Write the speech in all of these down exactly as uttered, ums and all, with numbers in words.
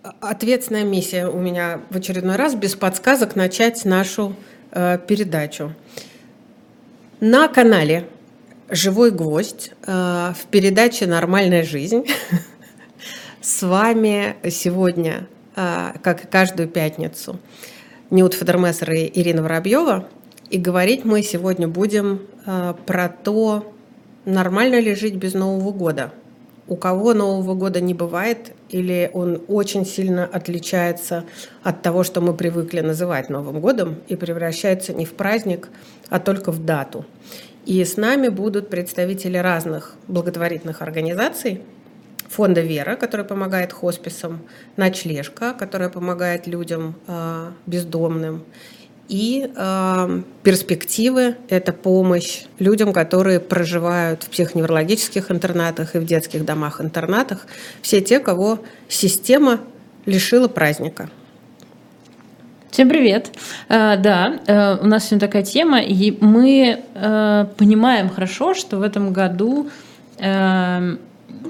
Ответственная миссия у меня в очередной раз без подсказок начать нашу э, передачу. На канале «Живой гвоздь» э, в передаче «Нормальная жизнь» с вами сегодня, э, как и каждую пятницу, Ньют Федермессер и Ирина Воробьева. И говорить мы сегодня будем э, про то, нормально ли жить без Нового года. У кого Нового года не бывает, или он очень сильно отличается от того, что мы привыкли называть Новым годом, и превращается не в праздник, а только в дату. И с нами будут представители разных благотворительных организаций. Фонда «Вера», который помогает хосписам, «Ночлежка», которая помогает людям э, бездомным, и э, перспективы – это помощь людям, которые проживают в психоневрологических интернатах и в детских домах-интернатах, все те, кого система лишила праздника. Всем привет! Uh, да, uh, у нас сегодня такая тема, и мы uh, понимаем хорошо, что в этом году uh,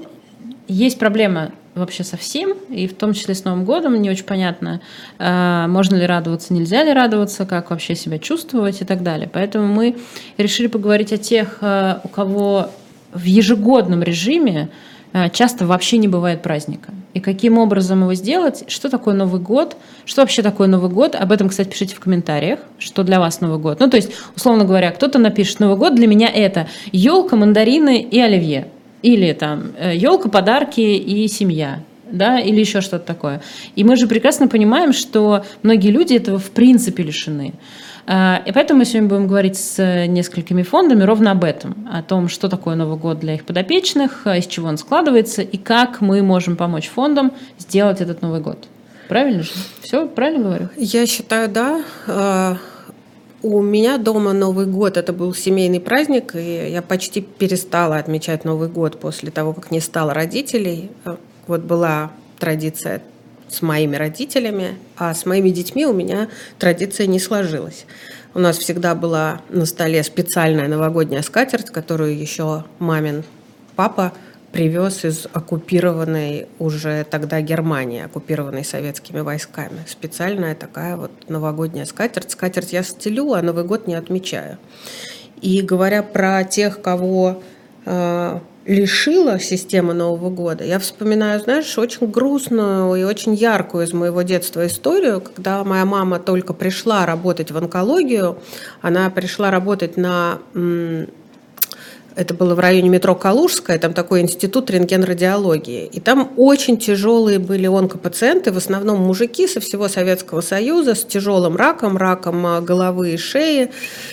есть проблема вообще со всем, и в том числе с Новым годом. Не очень понятно, можно ли радоваться, нельзя ли радоваться, как вообще себя чувствовать и так далее. Поэтому мы решили поговорить о тех, у кого в ежегодном режиме часто вообще не бывает праздника. И каким образом его сделать, что такое Новый год, что вообще такое Новый год. Об этом, кстати, пишите в комментариях, что для вас Новый год. Ну, то есть, условно говоря, кто-то напишет: Новый год для меня это елка, мандарины и оливье. Или там елка, подарки и семья, да, или еще что-то такое. И мы же прекрасно понимаем, что многие люди этого в принципе лишены. И поэтому мы сегодня будем говорить с несколькими фондами ровно об этом, о том, что такое Новый год для их подопечных, из чего он складывается и как мы можем помочь фондам сделать этот Новый год. Правильно же? Все правильно говорю? Я считаю, да. У меня дома Новый год – это был семейный праздник, и я почти перестала отмечать Новый год после того, как не стало родителей. Вот была традиция с моими родителями, а с моими детьми у меня традиция не сложилась. У нас всегда была на столе специальная новогодняя скатерть, которую еще мамин папа привез из оккупированной уже тогда Германии, оккупированной советскими войсками. Специальная такая вот новогодняя скатерть. Скатерть я стелю, а Новый год не отмечаю. И говоря про тех, кого э, лишила система Нового года, я вспоминаю, знаешь, очень грустную и очень яркую из моего детства историю, когда моя мама только пришла работать в онкологию. Она пришла работать на... М- Это было в районе метро Калужская, там такой институт рентген-радиологии. И там очень тяжелые были онкопациенты, в основном мужики со всего Советского Союза, с тяжелым раком, раком головы и шеи.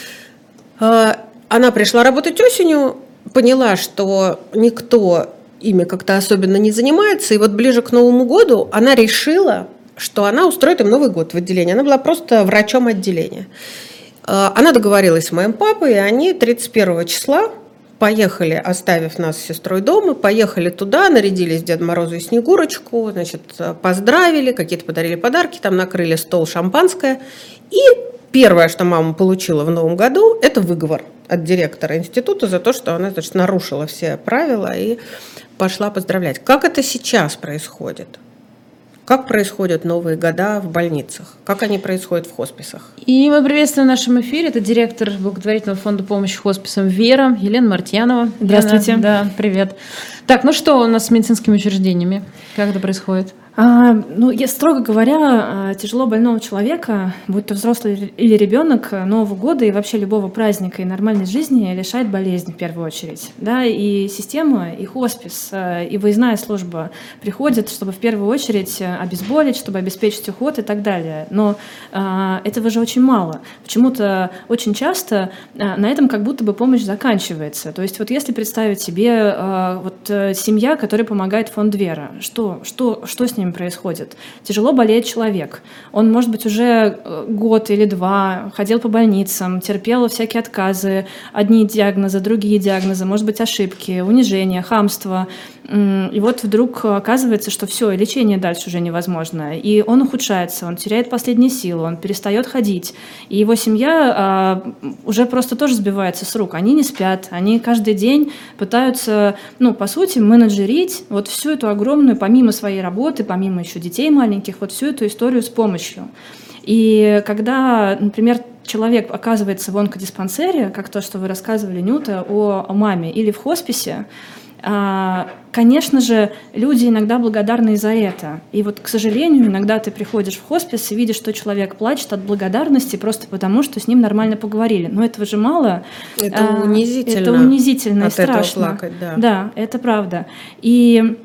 Она пришла работать осенью, поняла, что никто ими как-то особенно не занимается. И вот ближе к Новому году она решила, что она устроит им Новый год в отделении. Она была просто врачом отделения. Она договорилась с моим папой, и они тридцать первого числа поехали, оставив нас с сестрой дома, поехали туда, нарядились Деда Морозу и Снегурочку, значит, поздравили, какие-то подарили подарки, там накрыли стол, шампанское. И первое, что мама получила в Новом году, это выговор от директора института за то, что она, значит, нарушила все правила и пошла поздравлять. Как это сейчас происходит? Как происходят новые года в больницах? Как они происходят в хосписах? И мы приветствуем в нашем эфире. Это директор благотворительного фонда помощи хосписам «Вера» Елена Мартьянова. Здравствуйте. Елена, да, привет. Так, ну что у нас с медицинскими учреждениями? Как это происходит? А, ну, я, строго говоря, тяжело больного человека, будь то взрослый или ребенок, Нового года и вообще любого праздника и нормальной жизни лишает болезнь в первую очередь. Да? И система, и хоспис, и выездная служба приходят, чтобы в первую очередь обезболить, чтобы обеспечить уход и так далее. Но а, этого же очень мало. Почему-то очень часто а, на этом как будто бы помощь заканчивается. То есть вот если представить себе а, вот, семья, которая помогает фонд «Вера», что, что, что с ним происходит? Тяжело болеет человек. Он, может быть, уже год или два ходил по больницам, терпел всякие отказы, одни диагнозы, другие диагнозы, может быть, ошибки, унижение, хамство. И вот вдруг оказывается, что все, лечение дальше уже невозможно. И он ухудшается, он теряет последние силы, он перестает ходить. И его семья а, уже просто тоже сбивается с рук. Они не спят, они каждый день пытаются, ну, по сути, менеджерить вот всю эту огромную, помимо своей работы, помимо еще детей маленьких, вот всю эту историю с помощью. И когда, например, человек оказывается в онкодиспансере, как то, что вы рассказывали, Нюта, о, о маме, или в хосписе, конечно же, люди иногда благодарны за это. И вот, к сожалению, иногда ты приходишь в хоспис и видишь, что человек плачет от благодарности просто потому, что с ним нормально поговорили. Но этого же мало. Это унизительно. Это унизительно и страшно. От этого плакать, да. Да, это правда. И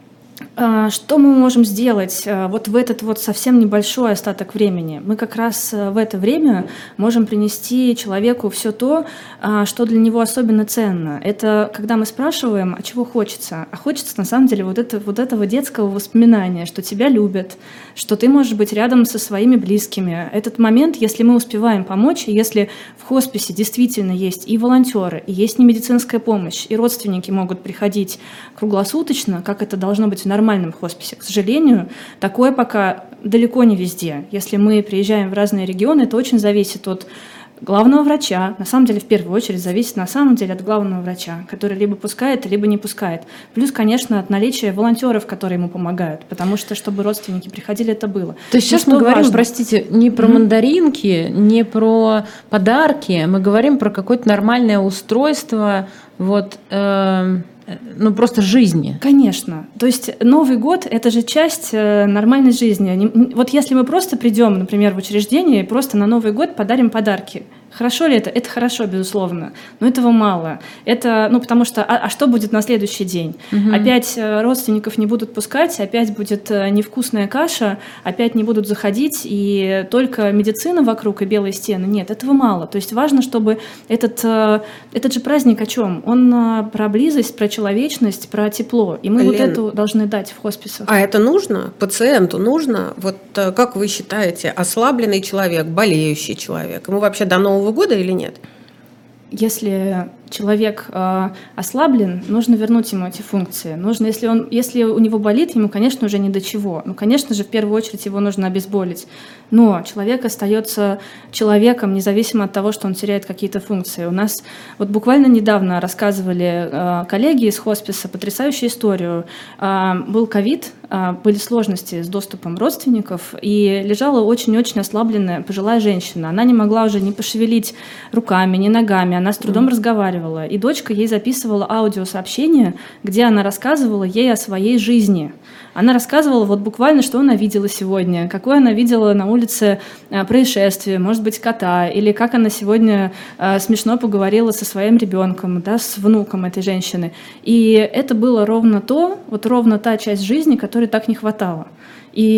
что мы можем сделать вот в этот вот совсем небольшой остаток времени? Мы как раз в это время можем принести человеку все то, что для него особенно ценно. Это когда мы спрашиваем, а чего хочется? А хочется на самом деле вот, это, вот этого детского воспоминания, что тебя любят, что ты можешь быть рядом со своими близкими. Этот момент, если мы успеваем помочь, и если в хосписе действительно есть и волонтеры, и есть немедицинская помощь, и родственники могут приходить круглосуточно, как это должно быть в нормальном хосписе. К сожалению, такое пока далеко не везде. Если мы приезжаем в разные регионы, это очень зависит от главного врача. На самом деле, в первую очередь, зависит на самом деле от главного врача, который либо пускает, либо не пускает. Плюс, конечно, от наличия волонтеров, которые ему помогают, потому что, чтобы родственники приходили, это было. То есть сейчас мы говорим, важно? простите, не про mm-hmm. мандаринки, не про подарки, мы говорим про какое-то нормальное устройство, вот... Э- Ну, просто жизни. Конечно. То есть Новый год – это же часть нормальной жизни. Вот если мы просто придем, например, в учреждение и просто на Новый год подарим подарки, хорошо ли это? Это хорошо, безусловно, но этого мало. Это, ну, потому что, а, а что будет на следующий день? Угу. Опять родственников не будут пускать, опять будет невкусная каша, опять не будут заходить, и только медицина вокруг и белые стены. Нет, этого мало. То есть важно, чтобы этот, этот же праздник о чем? Он про близость, про человечность, про тепло. И мы Лен, вот это должны дать в хосписах. А это нужно? Пациенту нужно? Вот как вы считаете, ослабленный человек, болеющий человек, ему вообще до Нового года или нет? Если человек э, ослаблен, нужно вернуть ему эти функции. Нужно, если, он, если у него болит, ему, конечно, уже не до чего. Ну, конечно же, в первую очередь его нужно обезболить. Но человек остается человеком, независимо от того, что он теряет какие-то функции. У нас вот буквально недавно рассказывали э, коллеги из хосписа потрясающую историю. Э, был ковид, э, были сложности с доступом родственников, и лежала очень-очень ослабленная пожилая женщина. Она не могла уже ни пошевелить руками, ни ногами, она с трудом mm. разговаривала. И дочка ей записывала аудиосообщение, где она рассказывала ей о своей жизни. Она рассказывала вот буквально, что она видела сегодня, какое она видела на улице происшествие, может быть, кота, или как она сегодня смешно поговорила со своим ребенком, да, с внуком этой женщины. И это было ровно то, вот ровно та часть жизни, которой так не хватало. И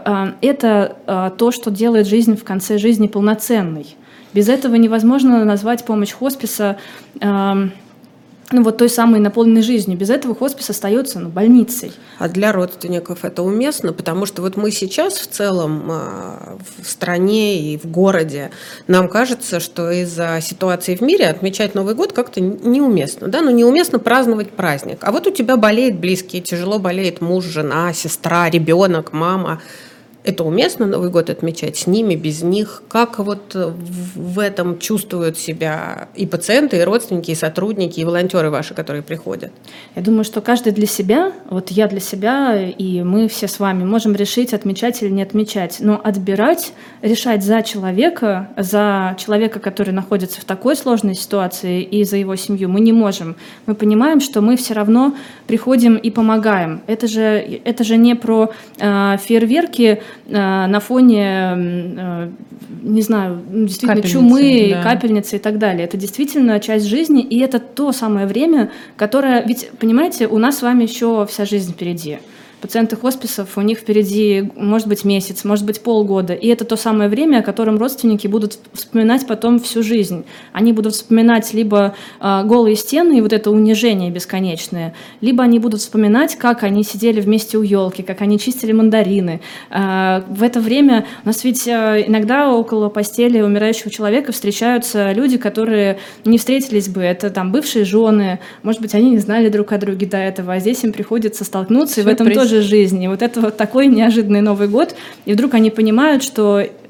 это то, что делает жизнь в конце жизни полноценной. Без этого невозможно назвать помощь хосписа э, ну, вот той самой наполненной жизнью. Без этого хоспис остается ну, больницей. А для родственников это уместно? Потому что вот мы сейчас в целом э, в стране и в городе, нам кажется, что из-за ситуации в мире отмечать Новый год как-то неуместно. Да? Ну, неуместно праздновать праздник. А вот у тебя болеет близкий, тяжело болеет муж, жена, сестра, ребенок, мама. Это уместно Новый год отмечать с ними, без них? Как вот в этом чувствуют себя и пациенты, и родственники, и сотрудники, и волонтеры ваши, которые приходят? Я думаю, что каждый для себя, вот я для себя, и мы все с вами можем решить, отмечать или не отмечать. Но отбирать, решать за человека, за человека, который находится в такой сложной ситуации, и за его семью мы не можем. Мы понимаем, что мы все равно приходим и помогаем. Это же, это же не про э, фейерверки, на фоне, не знаю, действительно капельницы, чумы, да. капельницы и так далее. Это действительно часть жизни, и это то самое время, которое... Ведь, понимаете, у нас с вами еще вся жизнь впереди. Пациенты хосписов, у них впереди может быть месяц, может быть полгода. И это то самое время, о котором родственники будут вспоминать потом всю жизнь. Они будут вспоминать либо э, голые стены и вот это унижение бесконечное, либо они будут вспоминать, как они сидели вместе у елки, как они чистили мандарины. Э, в это время у нас ведь э, иногда около постели умирающего человека встречаются люди, которые не встретились бы. Это там бывшие жены, может быть, они не знали друг о друге до этого, а здесь им приходится столкнуться, и в этом тоже жизни. И вот это вот такой неожиданный Новый год, и вдруг они понимают, что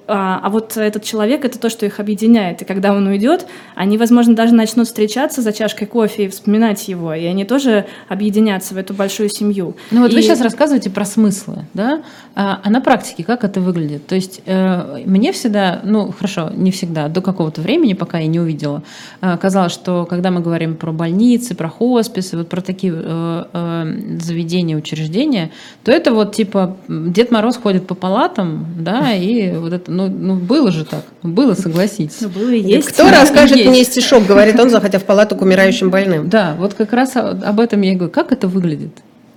а, а вот этот человек — это то, что их объединяет. И когда он уйдет, они, возможно, даже начнут встречаться за чашкой кофе и вспоминать его, и они тоже объединятся в эту большую семью. Ну вот и... вы сейчас рассказываете про смыслы, да? А, а на практике как это выглядит? То есть э, мне всегда, ну хорошо, не всегда, до какого-то времени, пока я не увидела, э, казалось, что когда мы говорим про больницы, про хосписы, вот про такие э, э, заведения, учреждения, то это вот типа Дед Мороз ходит по палатам, да, и вот это, ну, ну было же так, было, согласитесь. Ну, было и есть. Кто расскажет мне стишок, говорит он, заходя в палату к умирающим больным. Да, вот как раз об этом я и говорю. Как это выглядит?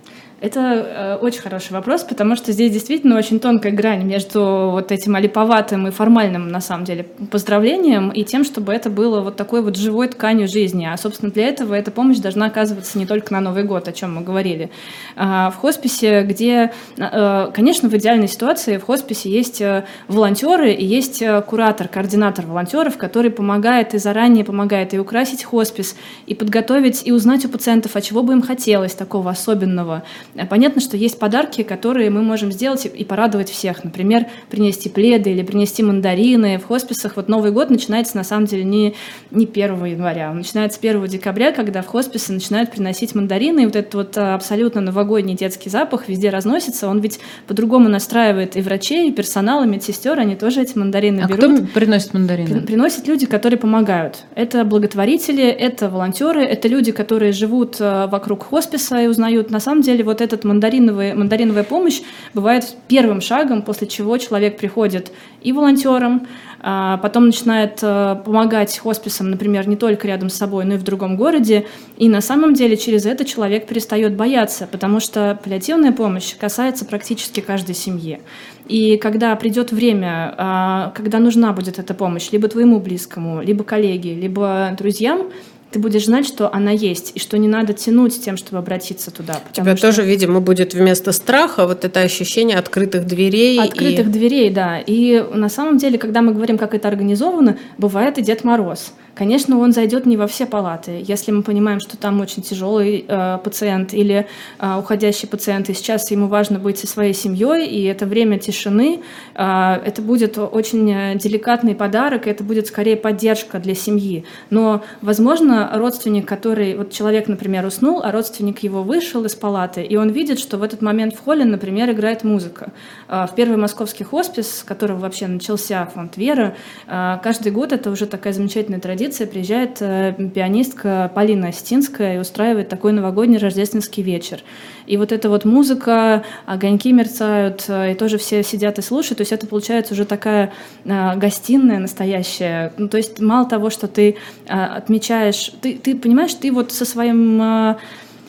Это э, очень хороший вопрос, потому что здесь действительно очень тонкая грань между вот этим олиповатым и формальным, на самом деле, поздравлением и тем, чтобы это было вот такой вот живой тканью жизни. А, собственно, для этого эта помощь должна оказываться не только на Новый год, о чем мы говорили. А в хосписе, где, э, конечно, в идеальной ситуации в хосписе есть волонтеры и есть куратор, координатор волонтеров, который помогает и заранее помогает и украсить хоспис, и подготовить, и узнать у пациентов, а чего бы им хотелось такого особенного. Понятно, что есть подарки, которые мы можем сделать и порадовать всех. Например, принести пледы или принести мандарины. В хосписах вот Новый год начинается на самом деле не, не первого января, он начинается первого декабря, когда в хосписы начинают приносить мандарины. И вот этот вот абсолютно новогодний детский запах везде разносится. Он ведь по-другому настраивает и врачей, и персонал, и медсестер. Они тоже эти мандарины а берут. А кто приносит мандарины? Приносят люди, которые помогают. Это благотворители, это волонтеры, это люди, которые живут вокруг хосписа и узнают. На самом деле вот этот мандариновый, мандариновая помощь бывает первым шагом, после чего человек приходит и волонтером, а потом начинает помогать хосписам, например, не только рядом с собой, но и в другом городе. И на самом деле через это человек перестает бояться, потому что паллиативная помощь касается практически каждой семьи. И когда придет время, когда нужна будет эта помощь либо твоему близкому, либо коллеге, либо друзьям, ты будешь знать, что она есть, и что не надо тянуть с тем, чтобы обратиться туда. У тебя что... тоже, видимо, будет вместо страха вот это ощущение открытых дверей. Открытых и... дверей, да. И на самом деле, когда мы говорим, как это организовано, бывает и Дед Мороз. Конечно, он зайдет не во все палаты. Если мы понимаем, что там очень тяжелый э, пациент или э, уходящий пациент, и сейчас ему важно быть со своей семьей, и это время тишины, э, это будет очень деликатный подарок, и это будет скорее поддержка для семьи. Но, возможно, родственник, который... Вот человек, например, уснул, а родственник его вышел из палаты, и он видит, что в этот момент в холле, например, играет музыка. Э, в первый московский хоспис, с которого вообще начался фонд «Вера», э, каждый год это уже такая замечательная традиция, приезжает пианистка Полина Остинская и устраивает такой новогодний рождественский вечер. И вот эта вот музыка, огоньки мерцают, и тоже все сидят и слушают. То есть это получается уже такая гостиная настоящая. Ну, то есть мало того, что ты отмечаешь... Ты, ты понимаешь, ты вот со своим...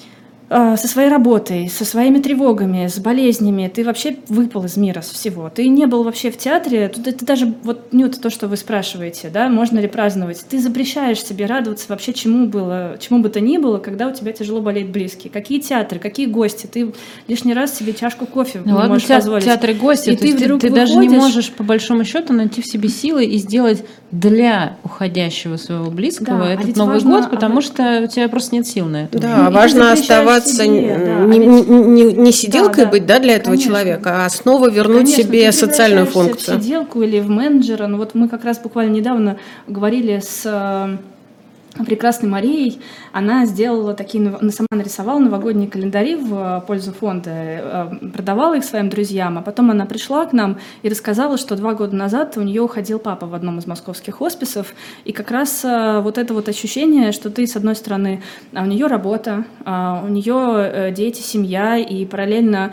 со своей работой, со своими тревогами, с болезнями, ты вообще выпал из мира всего. Ты не был вообще в театре, тут это даже вот ну, это то, что вы спрашиваете, да, можно ли праздновать. Ты запрещаешь себе радоваться вообще чему было, чему бы то ни было, когда у тебя тяжело болеет близкий. Какие театры, какие гости? Ты лишний раз себе чашку кофе ну, не ладно, можешь театр, позволить. Театры гости, и то ты, есть ты, ты даже не можешь по большому счету найти в себе силы и сделать для уходящего своего близкого да, этот а Новый важно, год, потому а... что у тебя просто нет сил на это. Да, ну, важно оставаться себе, да, не, не, не, не сиделкой да, быть да, для этого конечно. Человека, а снова вернуть конечно, себе социальную функцию. В сиделку или в менеджера. Ну, вот мы как раз буквально недавно говорили с прекрасной Марией. Она сделала такие, сама нарисовала новогодние календари в пользу фонда, продавала их своим друзьям, а потом она пришла к нам и рассказала, что два года назад у нее уходил папа в одном из московских хосписов, и как раз вот это вот ощущение, что ты, с одной стороны, у нее работа, у нее дети, семья, и параллельно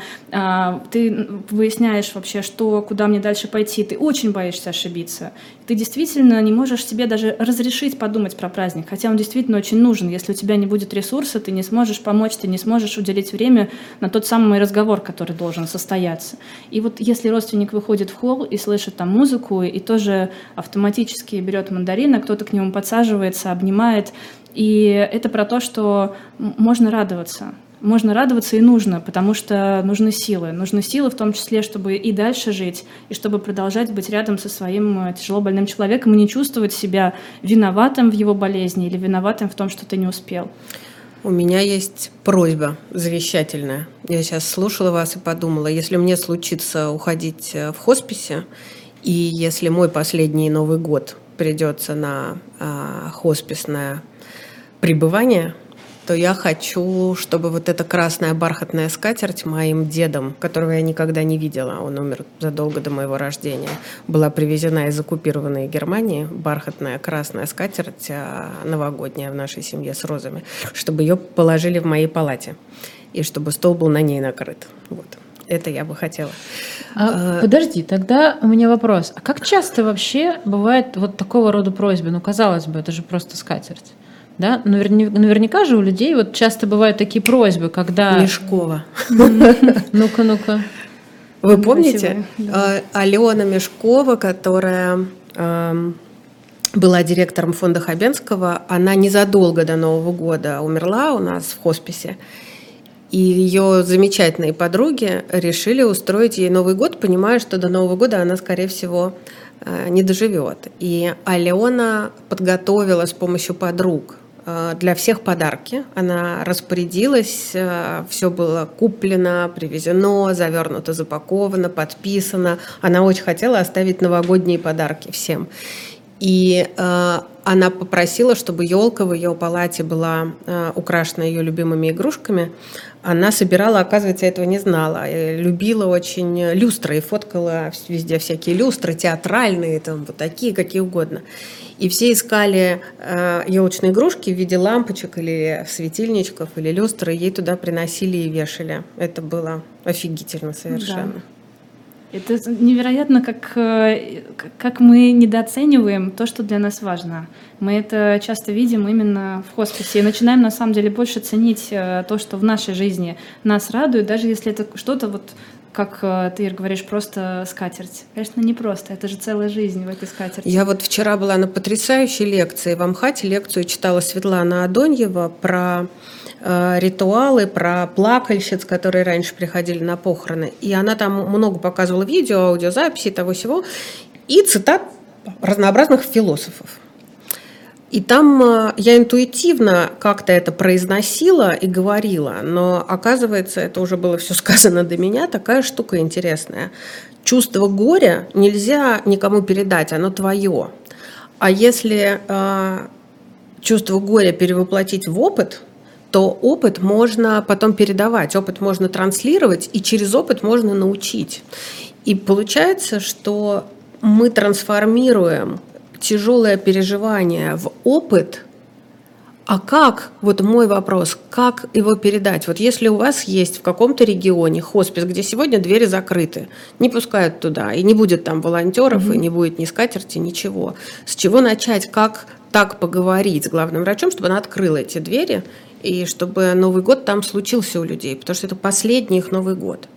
ты выясняешь вообще, что, куда мне дальше пойти, ты очень боишься ошибиться. Ты действительно не можешь себе даже разрешить подумать про праздник, хотя он действительно очень нужен. Если у тебя не будет ресурса, ты не сможешь помочь, ты не сможешь уделить время на тот самый разговор, который должен состояться. И вот если родственник выходит в холл и слышит там музыку, и тоже автоматически берет мандарин, а кто-то к нему подсаживается, обнимает, и это про то, что можно радоваться. Можно радоваться и нужно, потому что нужны силы. Нужны силы в том числе, чтобы и дальше жить, и чтобы продолжать быть рядом со своим тяжело больным человеком и не чувствовать себя виноватым в его болезни или виноватым в том, что ты не успел. У меня есть просьба завещательная. Я сейчас слушала вас и подумала, если мне случится уходить в хосписе, И если мой последний Новый год придется на а, хосписное пребывание, то я хочу, чтобы вот эта красная бархатная скатерть моим дедом, которого я никогда не видела, он умер задолго до моего рождения, была привезена из оккупированной Германии, бархатная красная скатерть новогодняя в нашей семье с розами, чтобы ее положили в моей палате, и чтобы стол был на ней накрыт. Вот. Это я бы хотела. А, а, подожди, тогда у меня вопрос. А как часто вообще бывает вот такого рода просьбы? Ну, казалось бы, это же просто скатерть. Да? Наверняка же у людей вот часто бывают такие просьбы, когда... Мешкова. Ну-ка, ну-ка. Вы помните? Алена Мешкова, которая была директором фонда Хабенского, она незадолго до Нового года умерла у нас в хосписе. И ее замечательные подруги решили устроить ей Новый год, понимая, что до Нового года она, скорее всего, не доживет. И Алена подготовила с помощью подруг для всех подарки. Она распорядилась, все было куплено, привезено, завернуто, запаковано, подписано. Она очень хотела оставить новогодние подарки всем. И э, она попросила, чтобы елка в ее палате была э, украшена ее любимыми игрушками. Она собирала, оказывается, этого не знала. И любила очень люстры и фоткала везде всякие люстры, театральные, там, вот такие, какие угодно. И все искали э, елочные игрушки в виде лампочек или светильничков, или люстры, и ей туда приносили и вешали. Это было офигительно совершенно. Да. Это невероятно, как, как мы недооцениваем то, что для нас важно. Мы это часто видим именно в хосписе и начинаем на самом деле больше ценить то, что в нашей жизни нас радует, даже если это что-то, вот, как ты, Ир, говоришь, просто скатерть. Конечно, не просто, это же целая жизнь в этой скатерти. Я вот вчера была на потрясающей лекции в Амхате, лекцию читала Светлана Адоньева про э, ритуалы, про плакальщиц, которые раньше приходили на похороны. И она там много показывала видео, аудиозаписи, того-сего, и цитат разнообразных философов. И там я интуитивно как-то это произносила и говорила, но, оказывается, это уже было все сказано до меня, такая штука интересная. Чувство горя нельзя никому передать, оно твое. А если э, чувство горя перевоплотить в опыт, то опыт можно потом передавать, опыт можно транслировать, и через опыт можно научить. И получается, что мы трансформируем тяжелое переживание в опыт, а как, вот мой вопрос, как его передать? Вот если у вас есть в каком-то регионе хоспис, где сегодня двери закрыты, не пускают туда, и не будет там волонтеров, mm-hmm. и не будет ни скатерти, ничего. С чего начать, как так поговорить с главным врачом, чтобы она открыла эти двери, и чтобы Новый год там случился у людей, потому что это последний их Новый год.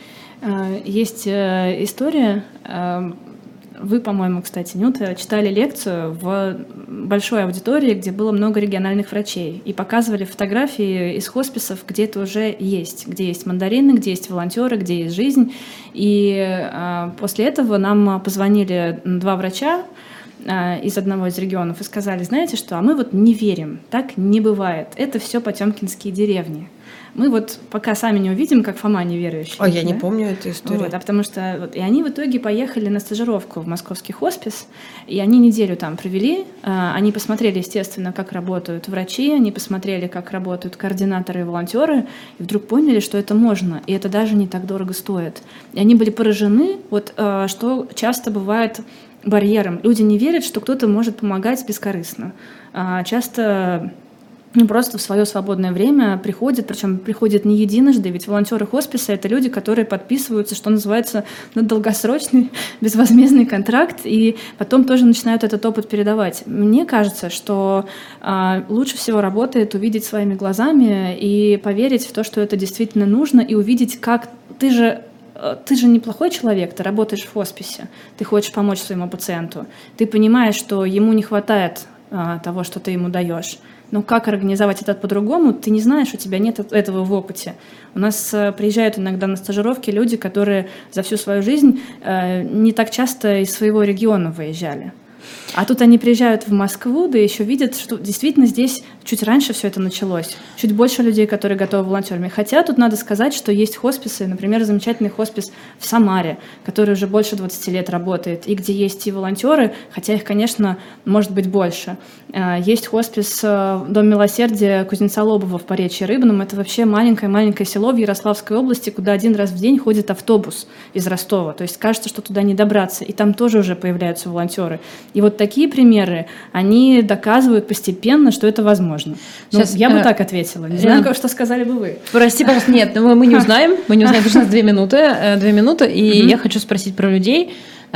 Есть история... Вы, по-моему, кстати, Нюта, читали лекцию в большой аудитории, где было много региональных врачей, и показывали фотографии из хосписов, где это уже есть, где есть мандарины, где есть волонтеры, где есть жизнь. И а, после этого нам позвонили два врача а, из одного из регионов и сказали: знаете что, а мы вот не верим, так не бывает, это все потемкинские деревни. Мы вот пока сами не увидим, как Фома неверующий. О, я да? не помню эту историю. Вот, а потому что вот, и они в итоге поехали на стажировку в московский хоспис, и они неделю там провели. А, они посмотрели, естественно, как работают врачи, они посмотрели, как работают координаторы и волонтеры, и вдруг поняли, что это можно, и это даже не так дорого стоит. И они были поражены, вот, а, что часто бывает барьером. Люди не верят, что кто-то может помогать бескорыстно. А, часто... Ну, просто в свое свободное время приходят, причем приходят не единожды, ведь волонтеры хосписа — это люди, которые подписываются, что называется, на долгосрочный безвозмездный контракт, и потом тоже начинают этот опыт передавать. Мне кажется, что а, лучше всего работает увидеть своими глазами и поверить в то, что это действительно нужно, и увидеть, как ты же Ты же неплохой человек, ты работаешь в хосписе, ты хочешь помочь своему пациенту, ты понимаешь, что ему не хватает а, того, что ты ему даешь. Но как организовать это по-другому, ты не знаешь, у тебя нет этого в опыте. У нас э, приезжают иногда на стажировки люди, которые за всю свою жизнь э, не так часто из своего региона выезжали. А тут они приезжают в Москву, да еще видят, что действительно здесь чуть раньше все это началось. Чуть больше людей, которые готовы волонтерами. Хотя тут надо сказать, что есть хосписы, например, замечательный хоспис в Самаре, который уже больше двадцати лет работает, и где есть и волонтеры, хотя их, конечно, может быть больше. Есть хоспис Дом милосердия Кузнеца-Лобова в Поречье Рыбном. Это вообще маленькое-маленькое село в Ярославской области, куда один раз в день ходит автобус из Ростова. То есть кажется, что туда не добраться. И там тоже уже появляются волонтеры. И вот такие примеры, они доказывают постепенно, что это возможно. Ну, Сейчас, я бы э, так ответила. Не знаю, э, что сказали бы вы. Прости, пожалуйста, нет, мы, мы не узнаем. Мы не узнаем, потому что у нас две минуты. Э, две минуты, и mm-hmm. я хочу спросить про людей.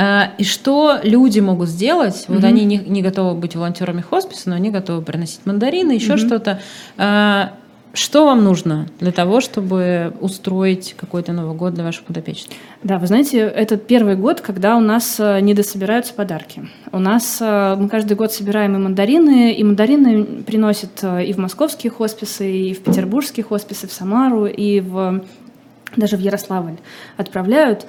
И что люди могут сделать? Mm-hmm. Вот они не, не готовы быть волонтерами хосписа, но они готовы приносить мандарины, еще mm-hmm. что-то. Что вам нужно для того, чтобы устроить какой-то Новый год для ваших подопечных? Да, вы знаете, это первый год, когда у нас не дособираются подарки. У нас мы каждый год собираем и мандарины, и мандарины приносят и в московские хосписы, и в петербургские хосписы, в Самару, и в... даже в Ярославль отправляют,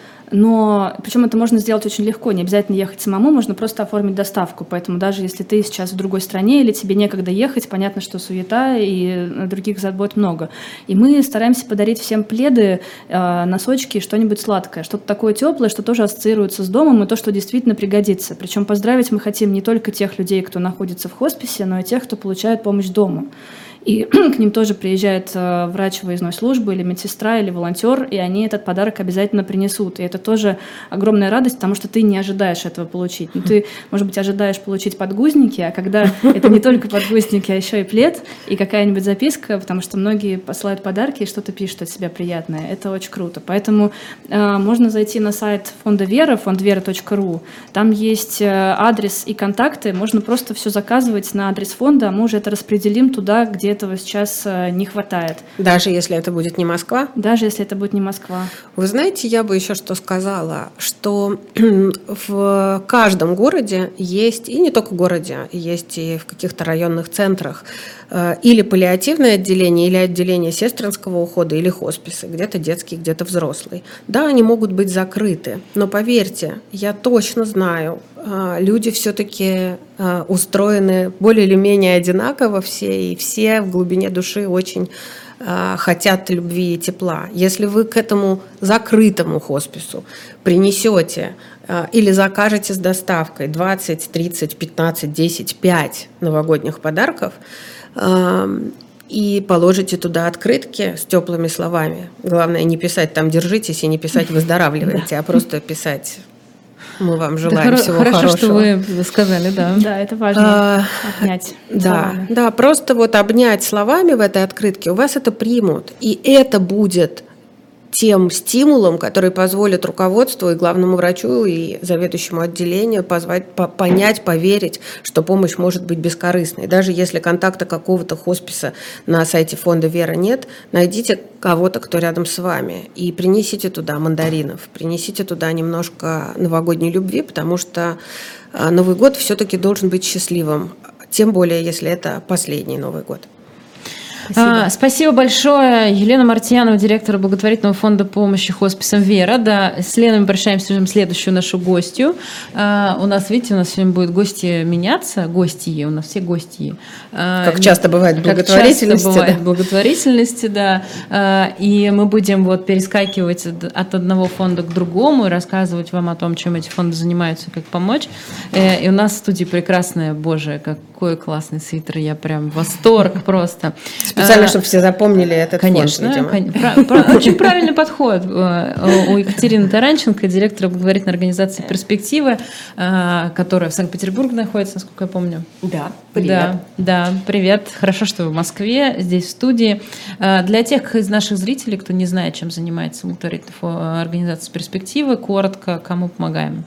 но причем это можно сделать очень легко, не обязательно ехать самому, можно просто оформить доставку, поэтому даже если ты сейчас в другой стране или тебе некогда ехать, понятно, что суета и других забот много. И мы стараемся подарить всем пледы, носочки, что-нибудь сладкое, что-то такое теплое, что тоже ассоциируется с домом и то, что действительно пригодится. Причем поздравить мы хотим не только тех людей, кто находится в хосписе, но и тех, кто получает помощь дома. И к ним тоже приезжает врач выездной службы или медсестра, или волонтер, и они этот подарок обязательно принесут. И это тоже огромная радость, потому что ты не ожидаешь этого получить. Ну, ты, может быть, ожидаешь получить подгузники, а когда это не только подгузники, а еще и плед, и какая-нибудь записка, потому что многие посылают подарки и что-то пишут от себя приятное. Это очень круто. Поэтому э, можно зайти на сайт фонда Вера, фонд вера точка ру. Там есть адрес и контакты. Можно просто все заказывать на адрес фонда, а мы уже это распределим туда, где этого сейчас не хватает. Даже если это будет не Москва? Даже если это будет не Москва. Вы знаете, я бы еще что сказала, что в каждом городе есть, и не только в городе, есть и в каких-то районных центрах, или паллиативное отделение, или отделение сестринского ухода, или хосписы, где-то детский, где-то взрослый. Да, они могут быть закрыты, но поверьте, я точно знаю, люди все-таки устроены более или менее одинаково все, и все в глубине души очень хотят любви и тепла. Если вы к этому закрытому хоспису принесете или закажете с доставкой двадцать, тридцать, пятнадцать, десять, пять новогодних подарков и положите туда открытки с теплыми словами, главное не писать там «держитесь» и не писать «выздоравливайте», а просто писать «мы вам желаем да, всего хорошо, хорошего». Что вы сказали, да. Да, это важно, а, обнять да, да, просто вот обнять словами в этой открытке, у вас это примут. И это будет тем стимулом, который позволит руководству и главному врачу, и заведующему отделению позвать, по, понять, поверить, что помощь может быть бескорыстной. Даже если контакта какого-то хосписа на сайте фонда «Вера» нет, найдите кого-то, кто рядом с вами, и принесите туда мандаринов, принесите туда немножко новогодней любви, потому что Новый год все-таки должен быть счастливым, тем более, если это последний Новый год. Спасибо. А, спасибо большое. Елена Мартьянова, директор благотворительного фонда помощи хосписам «Вера». Да, с Леной мы прощаемся, ждем следующую нашу гостью. А, у нас, видите, у нас сегодня будут гости меняться, гостьи, у нас все гостьи. А, как часто бывает в благотворительности. Как часто бывает да. в благотворительности, да. А, и мы будем вот перескакивать от одного фонда к другому и рассказывать вам о том, чем эти фонды занимаются, как помочь. И у нас в студии прекрасная, боже, какой классный свитер, я прям в восторг просто. Специально, чтобы все запомнили этот конечно, фонд, видимо. Конечно, очень правильный подход. У Екатерины Таранченко, директора благотворительной организации «Перспективы», которая в Санкт-Петербурге находится, насколько я помню. Да, привет. Да, да, привет. Хорошо, что вы в Москве, здесь в студии. Для тех из наших зрителей, кто не знает, чем занимается благотворительная организация «Перспективы», коротко, кому помогаем?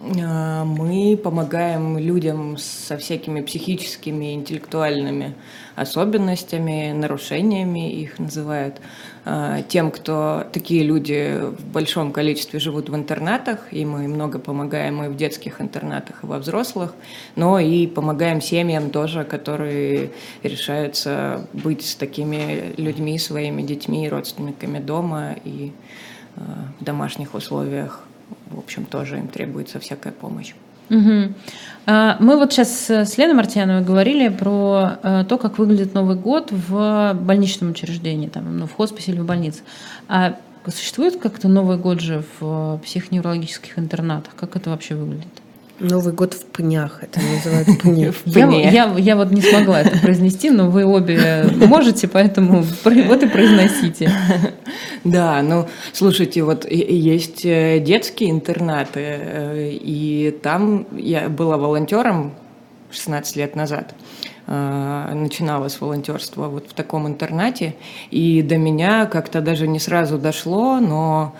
Мы помогаем людям со всякими психическими, интеллектуальными особенностями, нарушениями их называют. Тем, кто такие люди в большом количестве живут в интернатах, и мы много помогаем и в детских интернатах, и во взрослых, но и помогаем семьям тоже, которые решаются быть с такими людьми, своими детьми, родственниками дома и в домашних условиях. В общем, тоже им требуется всякая помощь. Угу. Мы вот сейчас с Леной Мартьяновой говорили про то, как выглядит Новый год в больничном учреждении, там, ну, в хосписе или в больнице. А существует как-то Новый год же в психоневрологических интернатах? Как это вообще выглядит? Новый год в пнях, это называют пни. Я, я, я вот не смогла это произнести, но вы обе можете, поэтому вот и произносите. Да, ну, слушайте, вот есть детские интернаты, и там я была волонтером шестнадцать лет назад. Начинала с волонтерства вот в таком интернате, и до меня как-то даже не сразу дошло, но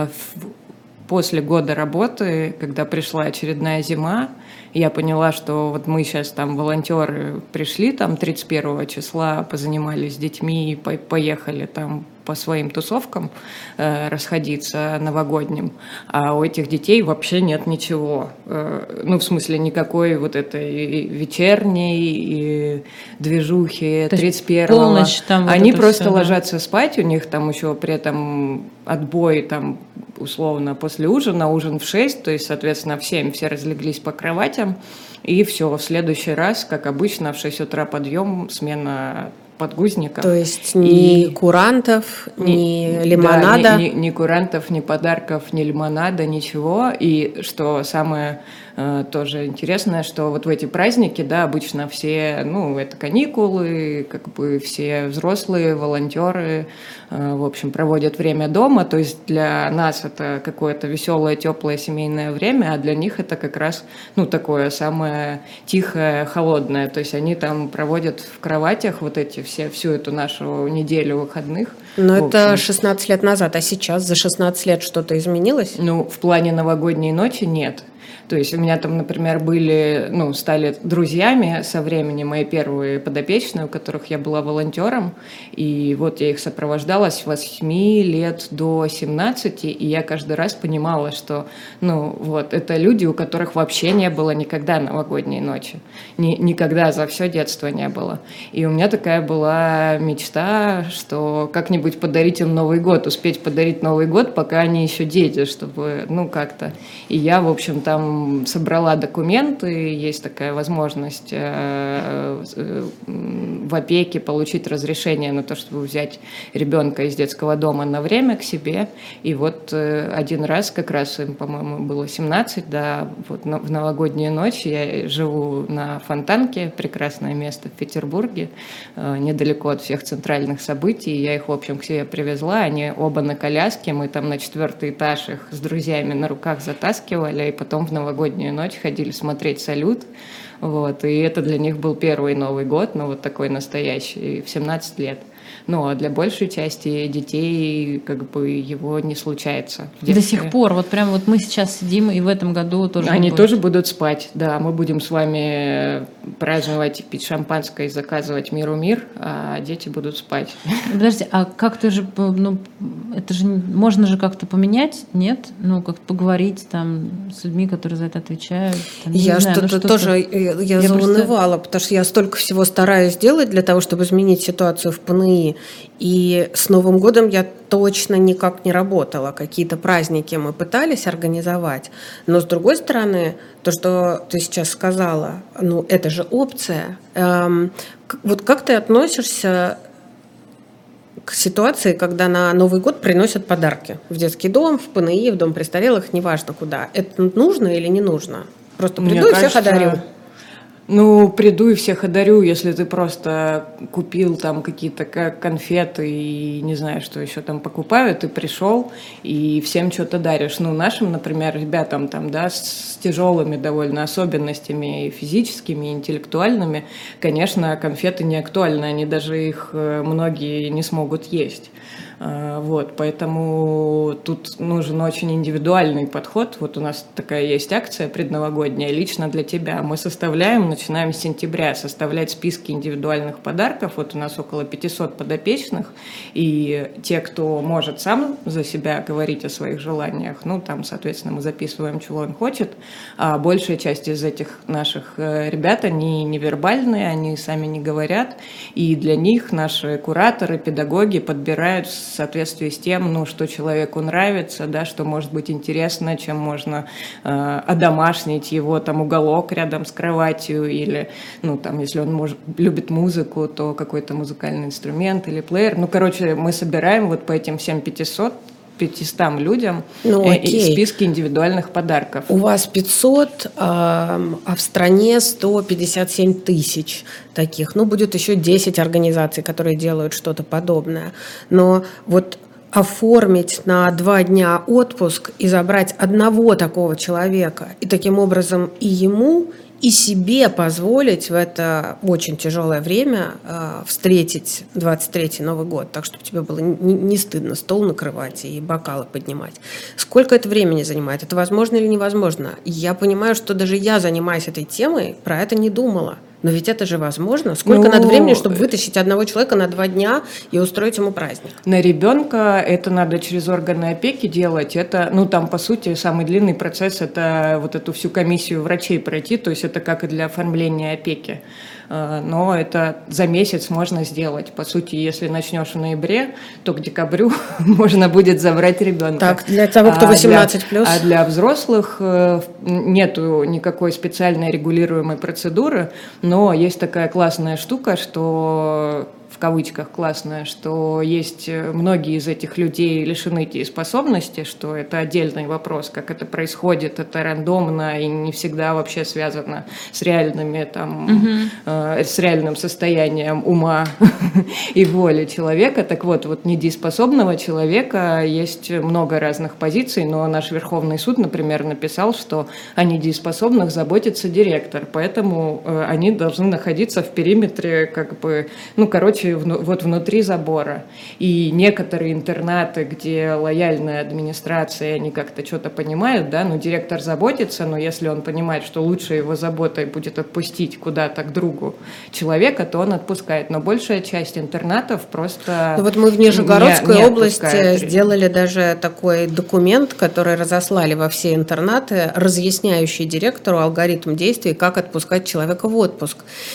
после года работы, когда пришла очередная зима, я поняла, что вот мы сейчас там волонтеры пришли там тридцать первого числа, позанимались с детьми и поехали там по своим тусовкам э, расходиться новогодним, а у этих детей вообще нет ничего. Э, ну, в смысле, никакой вот этой вечерней и движухи тридцать первого. Полночь там вот Они просто все, ложатся да? спать, у них там еще при этом отбой там условно после ужина, ужин в шесть, то есть, соответственно, в семь все разлеглись по кроватям, и все, в следующий раз, как обычно, в шесть утра подъем, смена подгузников. То есть ни и... курантов, ни, ни Да, лимонада. ни, ни, ни курантов, ни подарков, ни лимонада, ничего. И что самое э, тоже интересное, что вот в эти праздники, да, обычно все, ну, это каникулы, как бы все взрослые, волонтеры, э, в общем, проводят время дома. То есть для нас это какое-то веселое, теплое семейное время, а для них это как раз, ну, такое самое тихое, холодное. То есть они там проводят в кроватях вот эти все, всю эту нашу неделю выходных. Но это шестнадцать лет назад, а сейчас за шестнадцать лет что-то изменилось? Ну, в плане новогодней ночи нет. То есть у меня там, например, были, ну, стали друзьями со временем мои первые подопечные, у которых я была волонтером, и вот я их сопровождала с восьми лет до семнадцати, и я каждый раз понимала, что, ну, вот, это люди, у которых вообще не было никогда новогодней ночи, Ни, никогда за все детство не было. И у меня такая была мечта, что как-нибудь подарить им Новый год, успеть подарить Новый год, пока они еще дети, чтобы, ну, как-то. И я, в общем, там собрала документы, есть такая возможность в опеке получить разрешение на то, чтобы взять ребенка из детского дома на время к себе. И вот один раз, как раз им, по-моему, было семнадцать, да, вот в новогоднюю ночь я живу на Фонтанке, прекрасное место в Петербурге, недалеко от всех центральных событий. Я их, в общем, к себе привезла, они оба на коляске, мы там на четвертый этаж их с друзьями на руках затаскивали, и потом в новогоднюю ночь ходили смотреть салют, вот, и это для них был первый Новый год, ну, вот такой настоящий, в семнадцать лет. Ну, а для большей части детей как бы его не случается. До сих пор, вот прям вот мы сейчас сидим, и в этом году тоже... Они будет. тоже будут спать, да, мы будем с вами праздновать, пить шампанское и заказывать миру мир, а дети будут спать. Подожди, а как-то же, ну, это же, можно же как-то поменять, нет? Ну, как-то поговорить там с людьми, которые за это отвечают. Там, я знаю, что-то, ну, что-то тоже, я, я заунывала, просто... потому что я столько всего стараюсь сделать для того, чтобы изменить ситуацию в ПНИ. И с Новым годом я точно никак не работала. Какие-то праздники мы пытались организовать. Но с другой стороны, то, что ты сейчас сказала, ну это же опция. Эм, вот как ты относишься к ситуации, когда на Новый год приносят подарки в детский дом, в ПНИ, в дом престарелых, неважно куда. Это нужно или не нужно? Просто приду и всех одарю. Ну, приду и всех одарю, если ты просто купил там какие-то конфеты и не знаю, что еще там покупают, ты пришел и всем что-то даришь. Ну, нашим, например, ребятам там, да, с тяжелыми довольно особенностями и физическими, и интеллектуальными, конечно, конфеты не актуальны, они даже их многие не смогут есть. Вот, поэтому тут нужен очень индивидуальный подход. Вот у нас такая есть акция предновогодняя, лично для тебя. Мы составляем, начинаем с сентября, составлять списки индивидуальных подарков. Вот у нас около пятисот подопечных, и те, кто может сам за себя говорить о своих желаниях, ну, там, соответственно, мы записываем, чего он хочет, а большая часть из этих наших ребят, они невербальные, они сами не говорят, и для них наши кураторы, педагоги подбирают в соответствии с тем, ну, что человеку нравится, да, что может быть интересно, чем можно э, одомашнить его там уголок рядом с кроватью, или, ну, там, если он может, любит музыку, то какой-то музыкальный инструмент или плеер. Ну, короче, мы собираем вот по этим всем пятисот пятистам людям ну, э, и списки индивидуальных подарков. У вас пятьсот, а, а в стране сто пятьдесят семь тысяч таких. Ну, будет еще десять организаций, которые делают что-то подобное. Но вот оформить на два дня отпуск и забрать одного такого человека, и таким образом и ему, и себе позволить в это очень тяжелое время э, встретить двадцать третий Новый год, так, чтобы тебе было не, не стыдно стол накрывать и бокалы поднимать. Сколько это времени занимает? Это возможно или невозможно? Я понимаю, что даже я, занимаясь этой темой, про это не думала. Но ведь это же возможно. Сколько ну, надо времени, чтобы вытащить одного человека на два дня и устроить ему праздник? На ребенка это надо через органы опеки делать. Это, ну, там, по сути, самый длинный процесс – это вот эту всю комиссию врачей пройти, то есть это как и для оформления опеки. Но это за месяц можно сделать. По сути, если начнешь в ноябре, то к декабрю можно будет забрать ребенка. Так, для того, кто восемнадцать плюс. А для, а для взрослых нету никакой специальной регулируемой процедуры, но есть такая классная штука, что... в кавычках классная, что есть многие из этих людей лишены дееспособности, что это отдельный вопрос, как это происходит, это рандомно и не всегда вообще связано с реальными там, uh-huh. э, с реальным состоянием ума и воли человека. Так вот, вот недееспособного человека есть много разных позиций, но наш Верховный суд, например, написал, что о недееспособных заботится директор, поэтому э, они должны находиться в периметре, как бы, ну, короче, вот внутри забора. И некоторые интернаты, где лояльная администрация, они как-то что-то понимают, да, ну, директор заботится, но если он понимает, что лучше его заботой будет отпустить куда-то к другу человека, то он отпускает. Но большая часть интернатов просто... Ну, вот мы в Нижегородской не, не области сделали даже такой документ, который разослали во все интернаты, разъясняющий директору алгоритм действий, как отпускать человека в отпуск.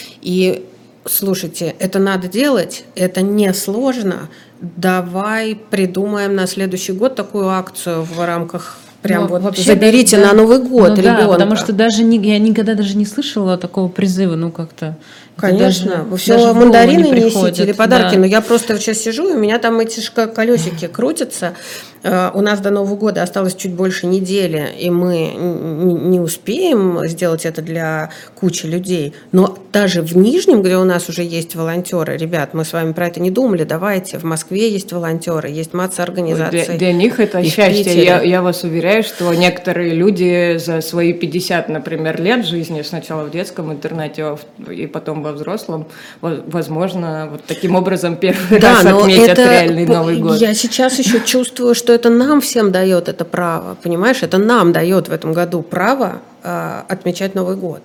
И слушайте, это надо делать, это несложно. Давай придумаем на следующий год такую акцию в рамках прям ну, вот вообще, заберите да, на Новый год ну, ребенка. Да, потому что даже не, я никогда даже не слышала такого призыва, ну как-то. Конечно, вы все мандарины не несите или подарки, да. Но я просто сейчас сижу, и у меня там эти колесики крутятся. У нас до Нового года осталось чуть больше недели, и мы не успеем сделать это для кучи людей. Но даже в Нижнем, где у нас уже есть волонтеры, ребят, мы с вами про это не думали, давайте, в Москве есть волонтеры, есть масса организаций. Для, для них это счастье. Я, я вас уверяю, что некоторые люди за свои пятьдесят, например, лет жизни, сначала в детском интернате, и потом во взрослом, возможно, вот таким образом первый да, раз отметят это, реальный Новый год. Я сейчас еще чувствую, что это нам всем дает это право, понимаешь? Это нам дает в этом году право э, отмечать Новый год.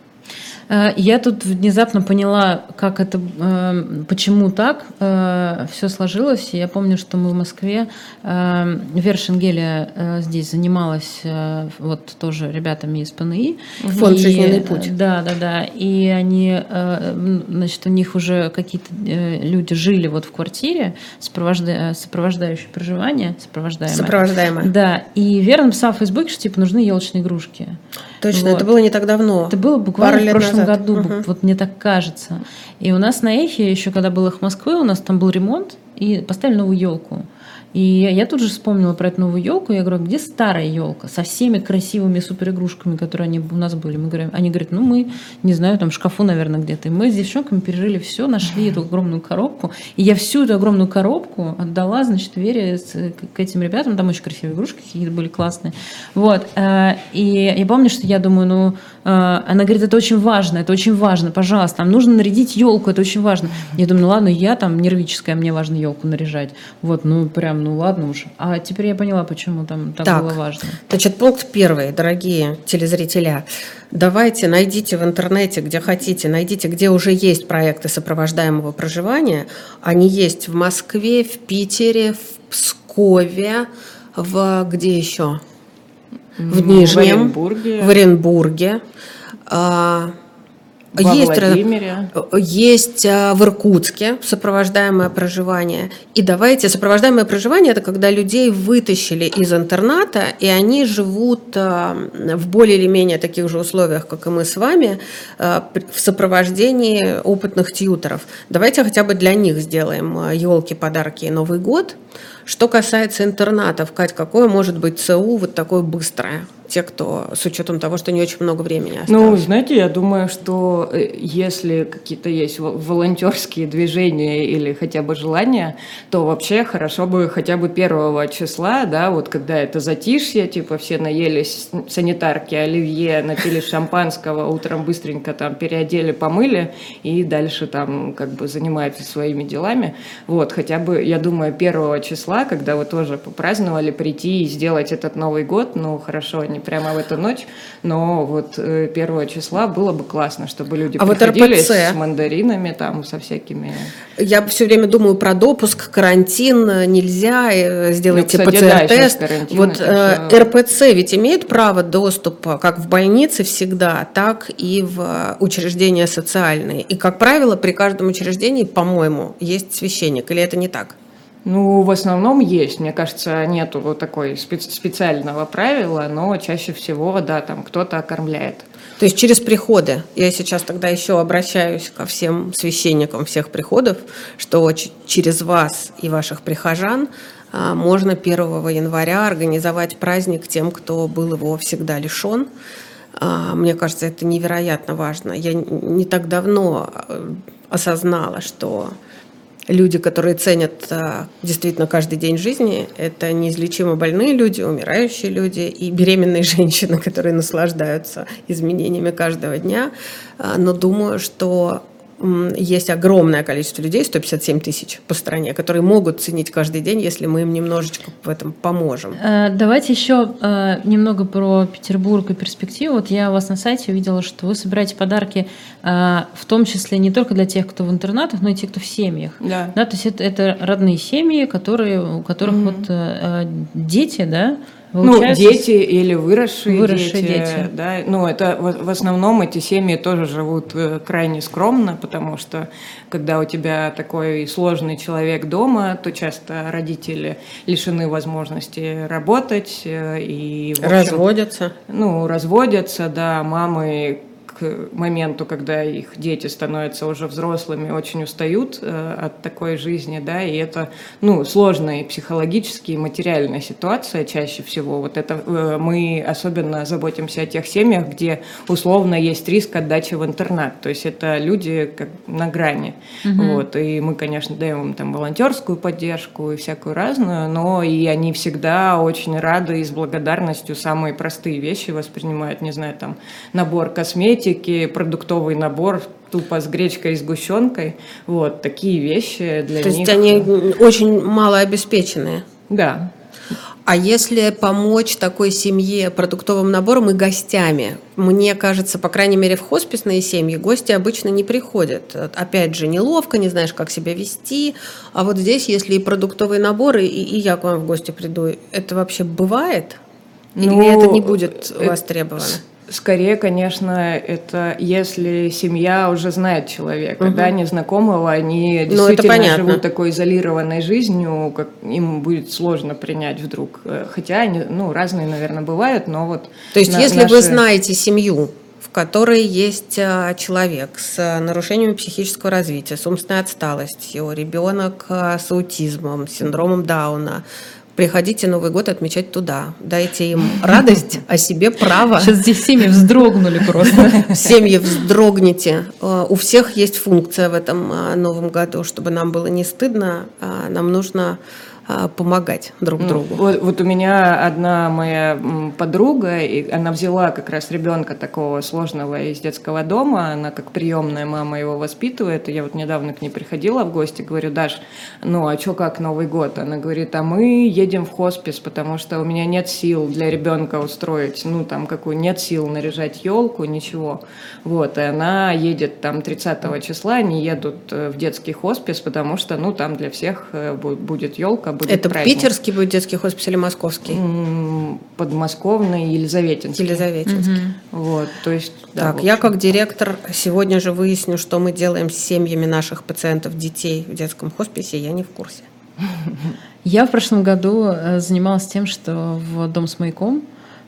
Я тут внезапно поняла, как это, почему так все сложилось. Я помню, что мы в Москве, Вера Шенгеля здесь занималась вот тоже ребятами из ПНИ. Фонд «Жизненный путь». Да, да, да. И они, значит, у них уже какие-то люди жили вот в квартире, сопровожда... сопровождающее проживание, сопровождаемое. Сопровождаемое. Да. И Вера написала в Фейсбуке, что типа нужны елочные игрушки. Точно, вот. Это было не так давно. Это было буквально в прошлом назад. году, угу. вот мне так кажется. И у нас на Эхе, еще когда был их Москвы, у нас там был ремонт, и поставили новую елку. И я тут же вспомнила про эту новую елку. Я говорю, где старая елка со всеми красивыми суперигрушками, которые они, у нас были? Мы говорим, они говорят, ну мы, не знаю, там в шкафу, наверное, где-то. И мы с девчонками перерыли все, нашли эту огромную коробку. И я всю эту огромную коробку отдала, значит, Вере к этим ребятам. Там очень красивые игрушки какие-то были классные. Вот. И я помню, что я думаю, ну, она говорит, это очень важно, это очень важно, пожалуйста, нам нужно нарядить елку, это очень важно. Я думаю, ну ладно, я там нервическая, мне важно елку наряжать. Вот, ну прям, ну ладно уж. А теперь я поняла, почему там так, так было важно. Значит, пункт первый, дорогие телезрителя. Давайте найдите в интернете, где хотите, найдите, где уже есть проекты сопровождаемого проживания. Они есть в Москве, в Питере, в Пскове, в где еще? В Нижнем, в Оренбурге. В Оренбурге. А, во есть, Владимире. Есть в Иркутске сопровождаемое проживание. И давайте, сопровождаемое проживание – это когда людей вытащили из интерната, и они живут в более или менее таких же условиях, как и мы с вами, в сопровождении опытных тьюторов. Давайте хотя бы для них сделаем елки, подарки и Новый год. Что касается интернатов, Кать, какое может быть ЦУ вот такое быстрое? Те, кто, с учетом того, что не очень много времени осталось. Ну, знаете, я думаю, что если какие-то есть волонтерские движения или хотя бы желания, то вообще хорошо бы хотя бы первого числа, да, вот когда это затишье, типа все наелись санитарки, оливье, напились шампанского, утром быстренько там переодели, помыли и дальше там как бы занимаются своими делами. Вот, хотя бы, я думаю, первого числа, когда вы тоже попраздновали, прийти и сделать этот Новый год, ну, хорошо, не прямо в эту ночь, но вот первого числа было бы классно, чтобы люди а приходили вот эр пэ цэ с мандаринами, там, со всякими... Я все время думаю про допуск, карантин, нельзя, сделайте ну, кстати, пэ цэ эр-тест. Да, вот что... эр пэ цэ ведь имеет право доступа как в больнице всегда, так и в учреждения социальные. И, как правило, при каждом учреждении, по-моему, есть священник, или это не так? Ну, в основном есть. Мне кажется, нету вот такой специ- специального правила, но чаще всего, да, там кто-то окормляет. То есть через приходы. Я сейчас тогда еще обращаюсь ко всем священникам всех приходов, что ч- через вас и ваших прихожан а, можно первого января организовать праздник тем, кто был его всегда лишен. А, мне кажется, это невероятно важно. Я не так давно осознала, что люди, которые ценят а, действительно каждый день жизни, это неизлечимо больные люди, умирающие люди и беременные женщины, которые наслаждаются изменениями каждого дня. А, но думаю, что м, есть огромное количество людей, сто пятьдесят семь тысяч по стране, которые могут ценить каждый день, если мы им немножечко в этом поможем. Давайте еще немного про Петербург и перспективу. Вот я у вас на сайте увидела, что вы собираете подарки в том числе не только для тех, кто в интернатах, но и тех, кто в семьях. Да. Да, то есть это, это родные семьи, которые, у которых mm-hmm. вот э, дети, да, ну, дети или выросшие, выросшие дети. дети. Да. Ну, это в, в основном эти семьи тоже живут крайне скромно, потому что когда у тебя такой сложный человек дома, то часто родители лишены возможности работать и в общем, разводятся. Ну, разводятся, да, мамы к моменту, когда их дети становятся уже взрослыми, очень устают э, от такой жизни, да, и это, ну, сложная и психологически, и материальная ситуация чаще всего. Вот это э, мы особенно заботимся о тех семьях, где условно есть риск отдачи в интернат, то есть это люди как на грани, угу. Вот, и мы, конечно, даем им там волонтерскую поддержку и всякую разную, но и они всегда очень рады и с благодарностью самые простые вещи воспринимают, не знаю, там, набор косметики, продуктовый набор тупо с гречкой и сгущенкой. Вот, такие вещи для То них. То есть они очень малообеспеченные. Да. А если помочь такой семье продуктовым набором и гостями? Мне кажется, по крайней мере, в хосписные семьи гости обычно не приходят. Опять же, неловко, не знаешь, как себя вести. А вот здесь, если и продуктовый набор, и, и я к вам в гости приду, это вообще бывает? Или ну, это не будет востребовано? Скорее, конечно, это если семья уже знает человека, угу. да, незнакомого, они действительно живут такой изолированной жизнью, как им будет сложно принять вдруг. Хотя они, ну, разные, наверное, бывают, но вот... То есть, на, если наши... вы знаете семью, в которой есть человек с нарушениями психического развития, с умственной отсталостью, ребенок с аутизмом, с синдромом Дауна, приходите Новый год отмечать туда. Дайте им радость, о себе право. Сейчас здесь семьи вздрогнули просто. Семьи вздрогните. У всех есть функция в этом Новом году, чтобы нам было не стыдно, нам нужно помогать друг ну, другу. Вот, вот у меня одна моя подруга, и она взяла как раз ребенка такого сложного из детского дома, она как приемная мама его воспитывает, и я вот недавно к ней приходила в гости, говорю: Даш, ну а что, как Новый год? Она говорит: а мы едем в хоспис, потому что у меня нет сил для ребенка устроить, ну там какую, нет сил наряжать елку, ничего. Вот, и она едет там тридцатого числа, они едут в детский хоспис, потому что, ну там для всех будет елка, будет Это праздник. питерский будет детский хоспис или московский? Подмосковный, Елизаветинский. Елизаветинский. Угу. Вот, то есть, да, Так, я как директор сегодня же выясню, что мы делаем с семьями наших пациентов, детей в детском хосписе, я не в курсе. Я в прошлом году занималась тем, что в дом с маяком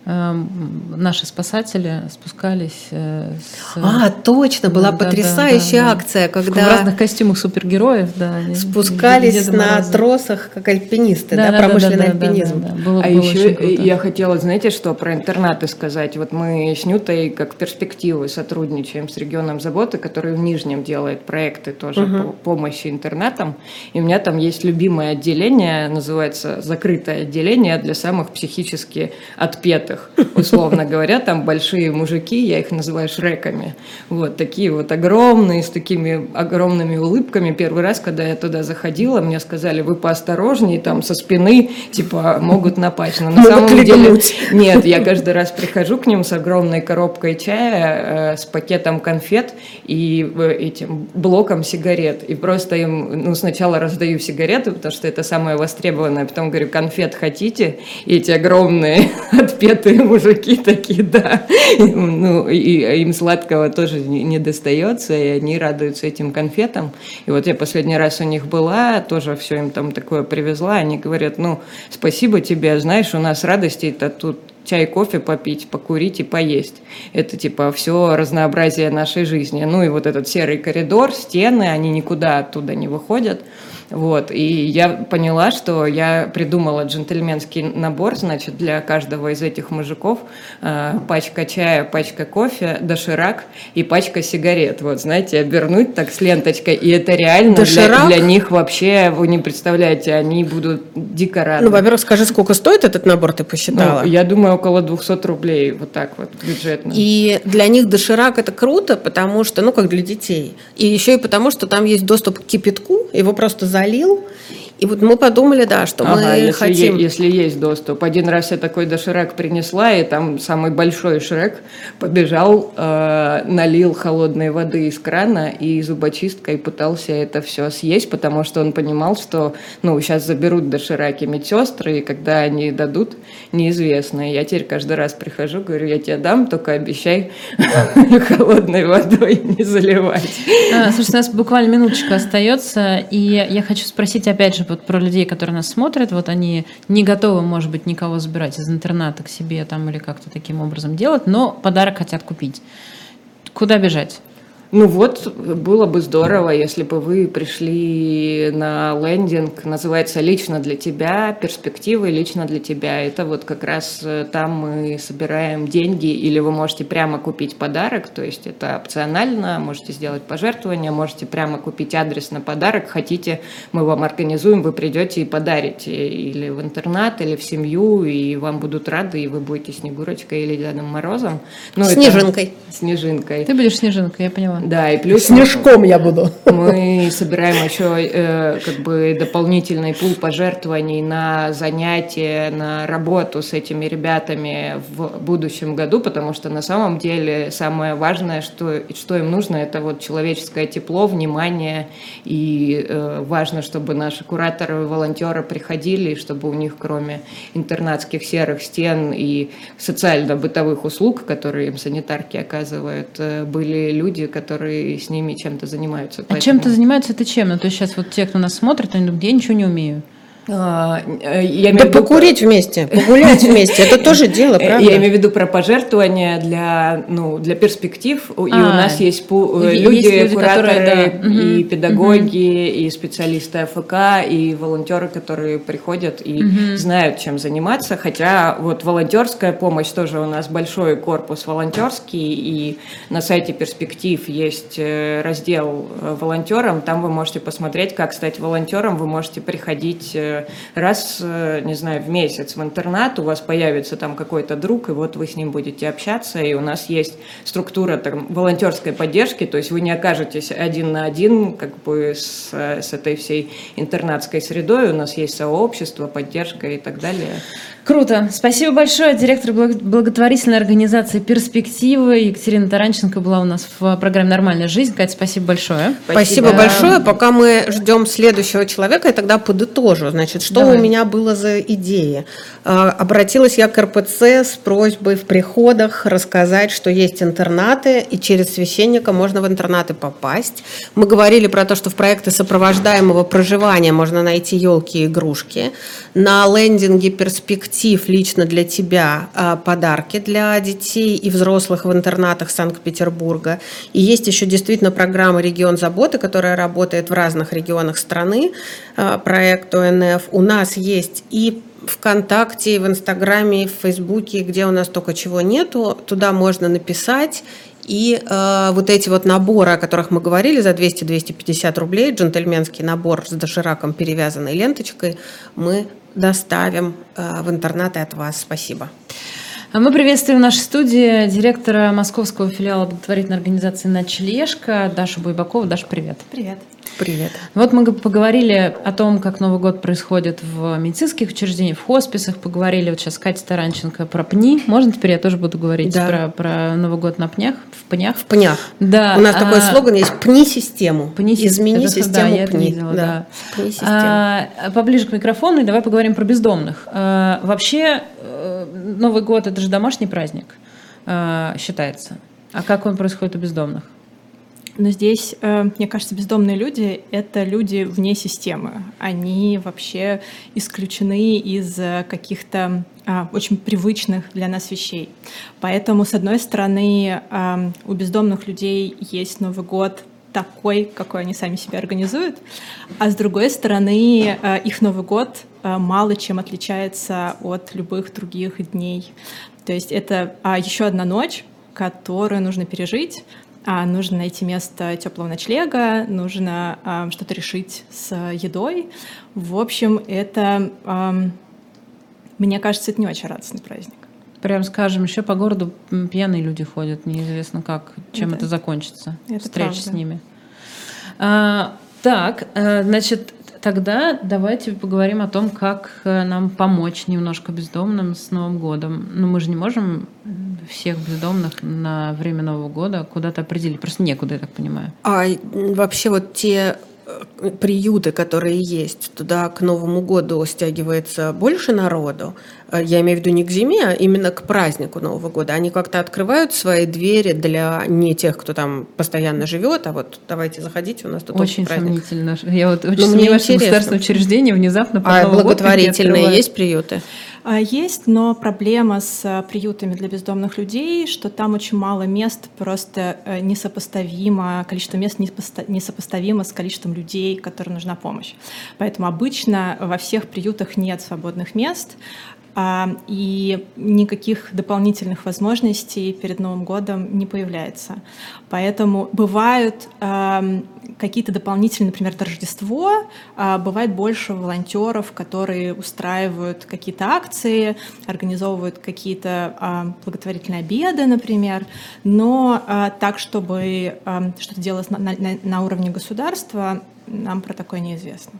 наши спасатели спускались с... А, точно, была да, потрясающая да, да, акция, когда... В разных костюмах супергероев, да. Спускались на тросах, как альпинисты, да, да, да промышленный да, да, альпинизм. Да, да, да. Было, а было еще я хотела, знаете, что про интернаты сказать. Вот мы с Нютой как перспективы сотрудничаем с регионом заботы, который в Нижнем делает проекты тоже угу. по помощи интернатам. И у меня там есть любимое отделение, называется «Закрытое отделение для самых психически отпетых». Условно говоря, там большие мужики, я их называю шреками, вот такие вот огромные, с такими огромными улыбками. Первый раз, когда я туда заходила, мне сказали, вы поосторожнее, там со спины, типа, могут напасть. Но на самом деле, нет, я каждый раз прихожу к ним с огромной коробкой чая, э, с пакетом конфет и э, этим блоком сигарет. И просто им, ну, сначала раздаю сигареты, потому что это самое востребованное, потом говорю, конфет хотите? И эти огромные отпетые мужики такие, да, ну, и, и им сладкого тоже не, не достается, и они радуются этим конфетам. И вот я последний раз у них была, тоже все им там такое привезла, они говорят, ну, спасибо тебе, знаешь, у нас радостей-то тут чай, кофе попить, покурить и поесть. Это типа все разнообразие нашей жизни. Ну и вот этот серый коридор, стены, они никуда оттуда не выходят. Вот, и я поняла, что я придумала джентльменский набор, значит, для каждого из этих мужиков э, пачка чая, пачка кофе, доширак и пачка сигарет. Вот, знаете, обернуть так с ленточкой, и это реально для, для них вообще, вы не представляете, они будут дико рады. Ну, во-первых, скажи, сколько стоит этот набор, ты посчитала? Ну, я думаю, около двухсот рублей, вот так вот, бюджетно. И для них доширак это круто, потому что, ну, как для детей. И еще и потому, что там есть доступ к кипятку, его просто залил. И вот мы подумали, да, что ага, мы если хотим... Е- если есть доступ. Один раз я такой доширак принесла, и там самый большой Шрек побежал, э, налил холодной воды из крана и зубочисткой пытался это все съесть, потому что он понимал, что, ну, сейчас заберут дошираки медсестры, и когда они дадут, неизвестно. И я теперь каждый раз прихожу, говорю, я тебе дам, только обещай холодной водой не заливать. Слушай, у нас буквально минуточка остается, и я хочу спросить опять же вот про людей, которые нас смотрят, вот они не готовы, может быть, никого забирать из интерната к себе там или как-то таким образом делать, но подарок хотят купить. Куда бежать? Ну вот, было бы здорово, если бы вы пришли на лендинг, называется «Лично для тебя», перспективы лично для тебя. Это вот как раз там мы собираем деньги, или вы можете прямо купить подарок, то есть это опционально, можете сделать пожертвование, можете прямо купить адрес на подарок, хотите, мы вам организуем, вы придете и подарите или в интернат, или в семью, и вам будут рады, и вы будете Снегурочкой или Дедом Морозом. Ну, Снежинкой. Это... Снежинкой. Ты будешь Снежинкой, я поняла. Да, и плюс снежком я буду. Мы собираем еще э, как бы дополнительный пул пожертвований на занятия, на работу с этими ребятами в будущем году, потому что на самом деле самое важное, что, что им нужно, это вот человеческое тепло, внимание, и э, важно, чтобы наши кураторы и волонтеры приходили, и чтобы у них кроме интернатских серых стен и социально-бытовых услуг, которые им санитарки оказывают, э, были люди, которые которые с ними чем-то занимаются. А Поэтому... чем-то занимаются это чем? Ну, то есть сейчас вот те, кто нас смотрит, они думают, я ничего не умею. А, я да покурить про... вместе, погулять вместе, это тоже дело, правда? Я имею в виду про пожертвования для, ну, для перспектив. И у нас есть люди, кураторы, и педагоги, и специалисты АФК, и волонтеры, которые приходят и знают, чем заниматься. Хотя вот волонтерская помощь тоже у нас большой корпус волонтерский, и на сайте перспектив есть раздел волонтерам. Там вы можете посмотреть, как стать волонтером. Вы можете приходить раз, не знаю, в месяц в интернат, у вас появится там какой-то друг, и вот вы с ним будете общаться, и у нас есть структура там, волонтерской поддержки, то есть вы не окажетесь один на один как бы с, с этой всей интернатской средой, у нас есть сообщество, поддержка и так далее. Круто. Спасибо большое. Директор благотворительной организации «Перспективы» Екатерина Таранченко была у нас в программе «Нормальная жизнь». Катя, спасибо большое. Спасибо, спасибо большое. Пока мы ждем следующего человека, я тогда подытожу. Значит, Значит, что Давай. у меня было за идеи? Обратилась я к эр пэ цэ с просьбой в приходах рассказать, что есть интернаты, и через священника можно в интернаты попасть. Мы говорили про то, что в проекты сопровождаемого проживания можно найти елки и игрушки. На лендинге перспектив лично для тебя подарки для детей и взрослых в интернатах Санкт-Петербурга. И есть еще действительно программа «Регион заботы», которая работает в разных регионах страны, проект о эн эф. У нас есть и ВКонтакте, и в Инстаграме, и в Фейсбуке, где у нас только чего нету, туда можно написать. И э, вот эти вот наборы, о которых мы говорили, за двести - двести пятьдесят рублей, джентльменский набор с дошираком, перевязанной ленточкой, мы доставим э, в интернаты от вас. Спасибо. Мы приветствуем в нашей студии директора московского филиала благотворительной организации «Ночлежка» Дашу Буйбакову. Даша, привет. Привет. Привет. Вот мы поговорили о том, как Новый год происходит в медицинских учреждениях, в хосписах. Поговорили вот сейчас Катя Таранченко про пни. Можно теперь я тоже буду говорить да. про, про Новый год на пнях, в пнях? В пнях. Да. У нас а, такой слоган есть: «Пни систему». Пни Измени это, систему, да, я пни. Видела, да. да. Пни систему. А, поближе к микрофону, и давай поговорим про бездомных. А, вообще, Новый год – это же домашний праздник, а, считается. А как он происходит у бездомных? Но здесь, мне кажется, бездомные люди — это люди вне системы. Они вообще исключены из каких-то а, очень привычных для нас вещей. Поэтому, с одной стороны, а, у бездомных людей есть Новый год такой, какой они сами себя организуют, а с другой стороны, а, их Новый год а, мало чем отличается от любых других дней. То есть это а, еще одна ночь, которую нужно пережить. А, нужно найти место теплого ночлега, нужно а, что-то решить с едой. В общем, это, а, мне кажется, это не очень радостный праздник. Прям скажем, еще по городу пьяные люди ходят, неизвестно как, чем это, это закончится, это встреча правда. с ними. А, так, значит, тогда давайте поговорим о том, как нам помочь немножко бездомным с Новым годом. Ну, мы же не можем всех бездомных на время Нового года куда-то определить. Просто некуда, я так понимаю. А вообще вот те приюты, которые есть, туда к Новому году стягивается больше народу? Я имею в виду не к зиме, а именно к празднику Нового года. Они как-то открывают свои двери для не тех, кто там постоянно живет, а вот давайте заходите, у нас тут очень праздник. сомнительно. Я вот очень Но сомневаюсь, что государственное учреждение внезапно под а Новый благотворительные год есть приюты? Есть, но проблема с приютами для бездомных людей, что там очень мало мест, просто несопоставимо, количество мест несопоставимо с количеством людей, которым нужна помощь. Поэтому обычно во всех приютах нет свободных мест, и никаких дополнительных возможностей перед Новым годом не появляется. Поэтому бывают э, какие-то дополнительные, например, Рождество, э, бывает больше волонтеров, которые устраивают какие-то акции, организовывают какие-то э, благотворительные обеды, например, но э, так, чтобы э, что-то делать на, на, на уровне государства, нам про такое неизвестно.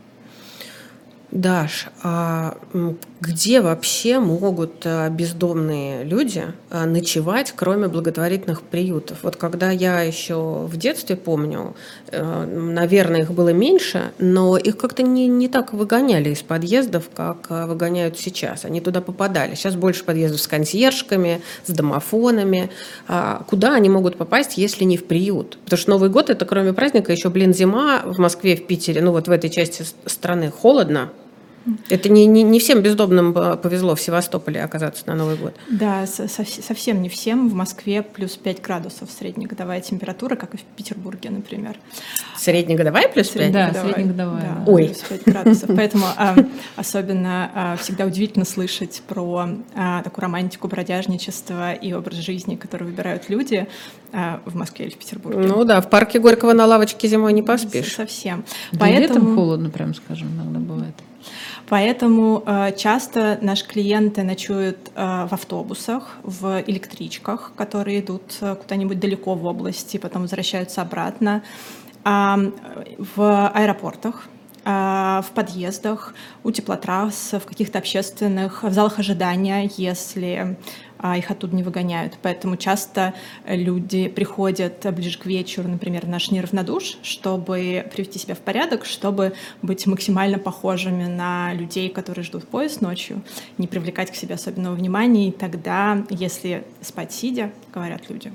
Даш, а где вообще могут бездомные люди ночевать, кроме благотворительных приютов? Вот когда я еще в детстве помню, наверное, их было меньше, но их как-то не, не так выгоняли из подъездов, как выгоняют сейчас. Они туда попадали. Сейчас больше подъездов с консьержками, с домофонами. А куда они могут попасть, если не в приют? Потому что Новый год — это кроме праздника еще, блин, зима в Москве, в Питере, ну вот в этой части страны холодно. Это не, не, не всем бездомным повезло в Севастополе оказаться на Новый год. Да, со, совсем не всем. В Москве плюс пять градусов среднегодовая температура, как и в Петербурге, например. Среднегодовая плюс пять? Да, среднегодовая. Да, Ой. плюс пять градусов. Поэтому а, особенно а, всегда удивительно слышать про а, такую романтику, бродяжничество и образ жизни, который выбирают люди а, в Москве или в Петербурге. Ну да, в парке Горького на лавочке зимой не поспишь. Совсем. Да. Поэтому... Летом холодно, прям скажем, иногда бывает. Поэтому э, часто наши клиенты ночуют э, в автобусах, в электричках, которые идут э, куда-нибудь далеко в области, потом возвращаются обратно, э, в аэропортах. в подъездах, у теплотрасс, в каких-то общественных, в залах ожидания, если их оттуда не выгоняют. Поэтому часто люди приходят ближе к вечеру, например, в наш нейровнодуш, чтобы привести себя в порядок, чтобы быть максимально похожими на людей, которые ждут поезд ночью, не привлекать к себе особенного внимания. И тогда, если спать сидя, говорят люди,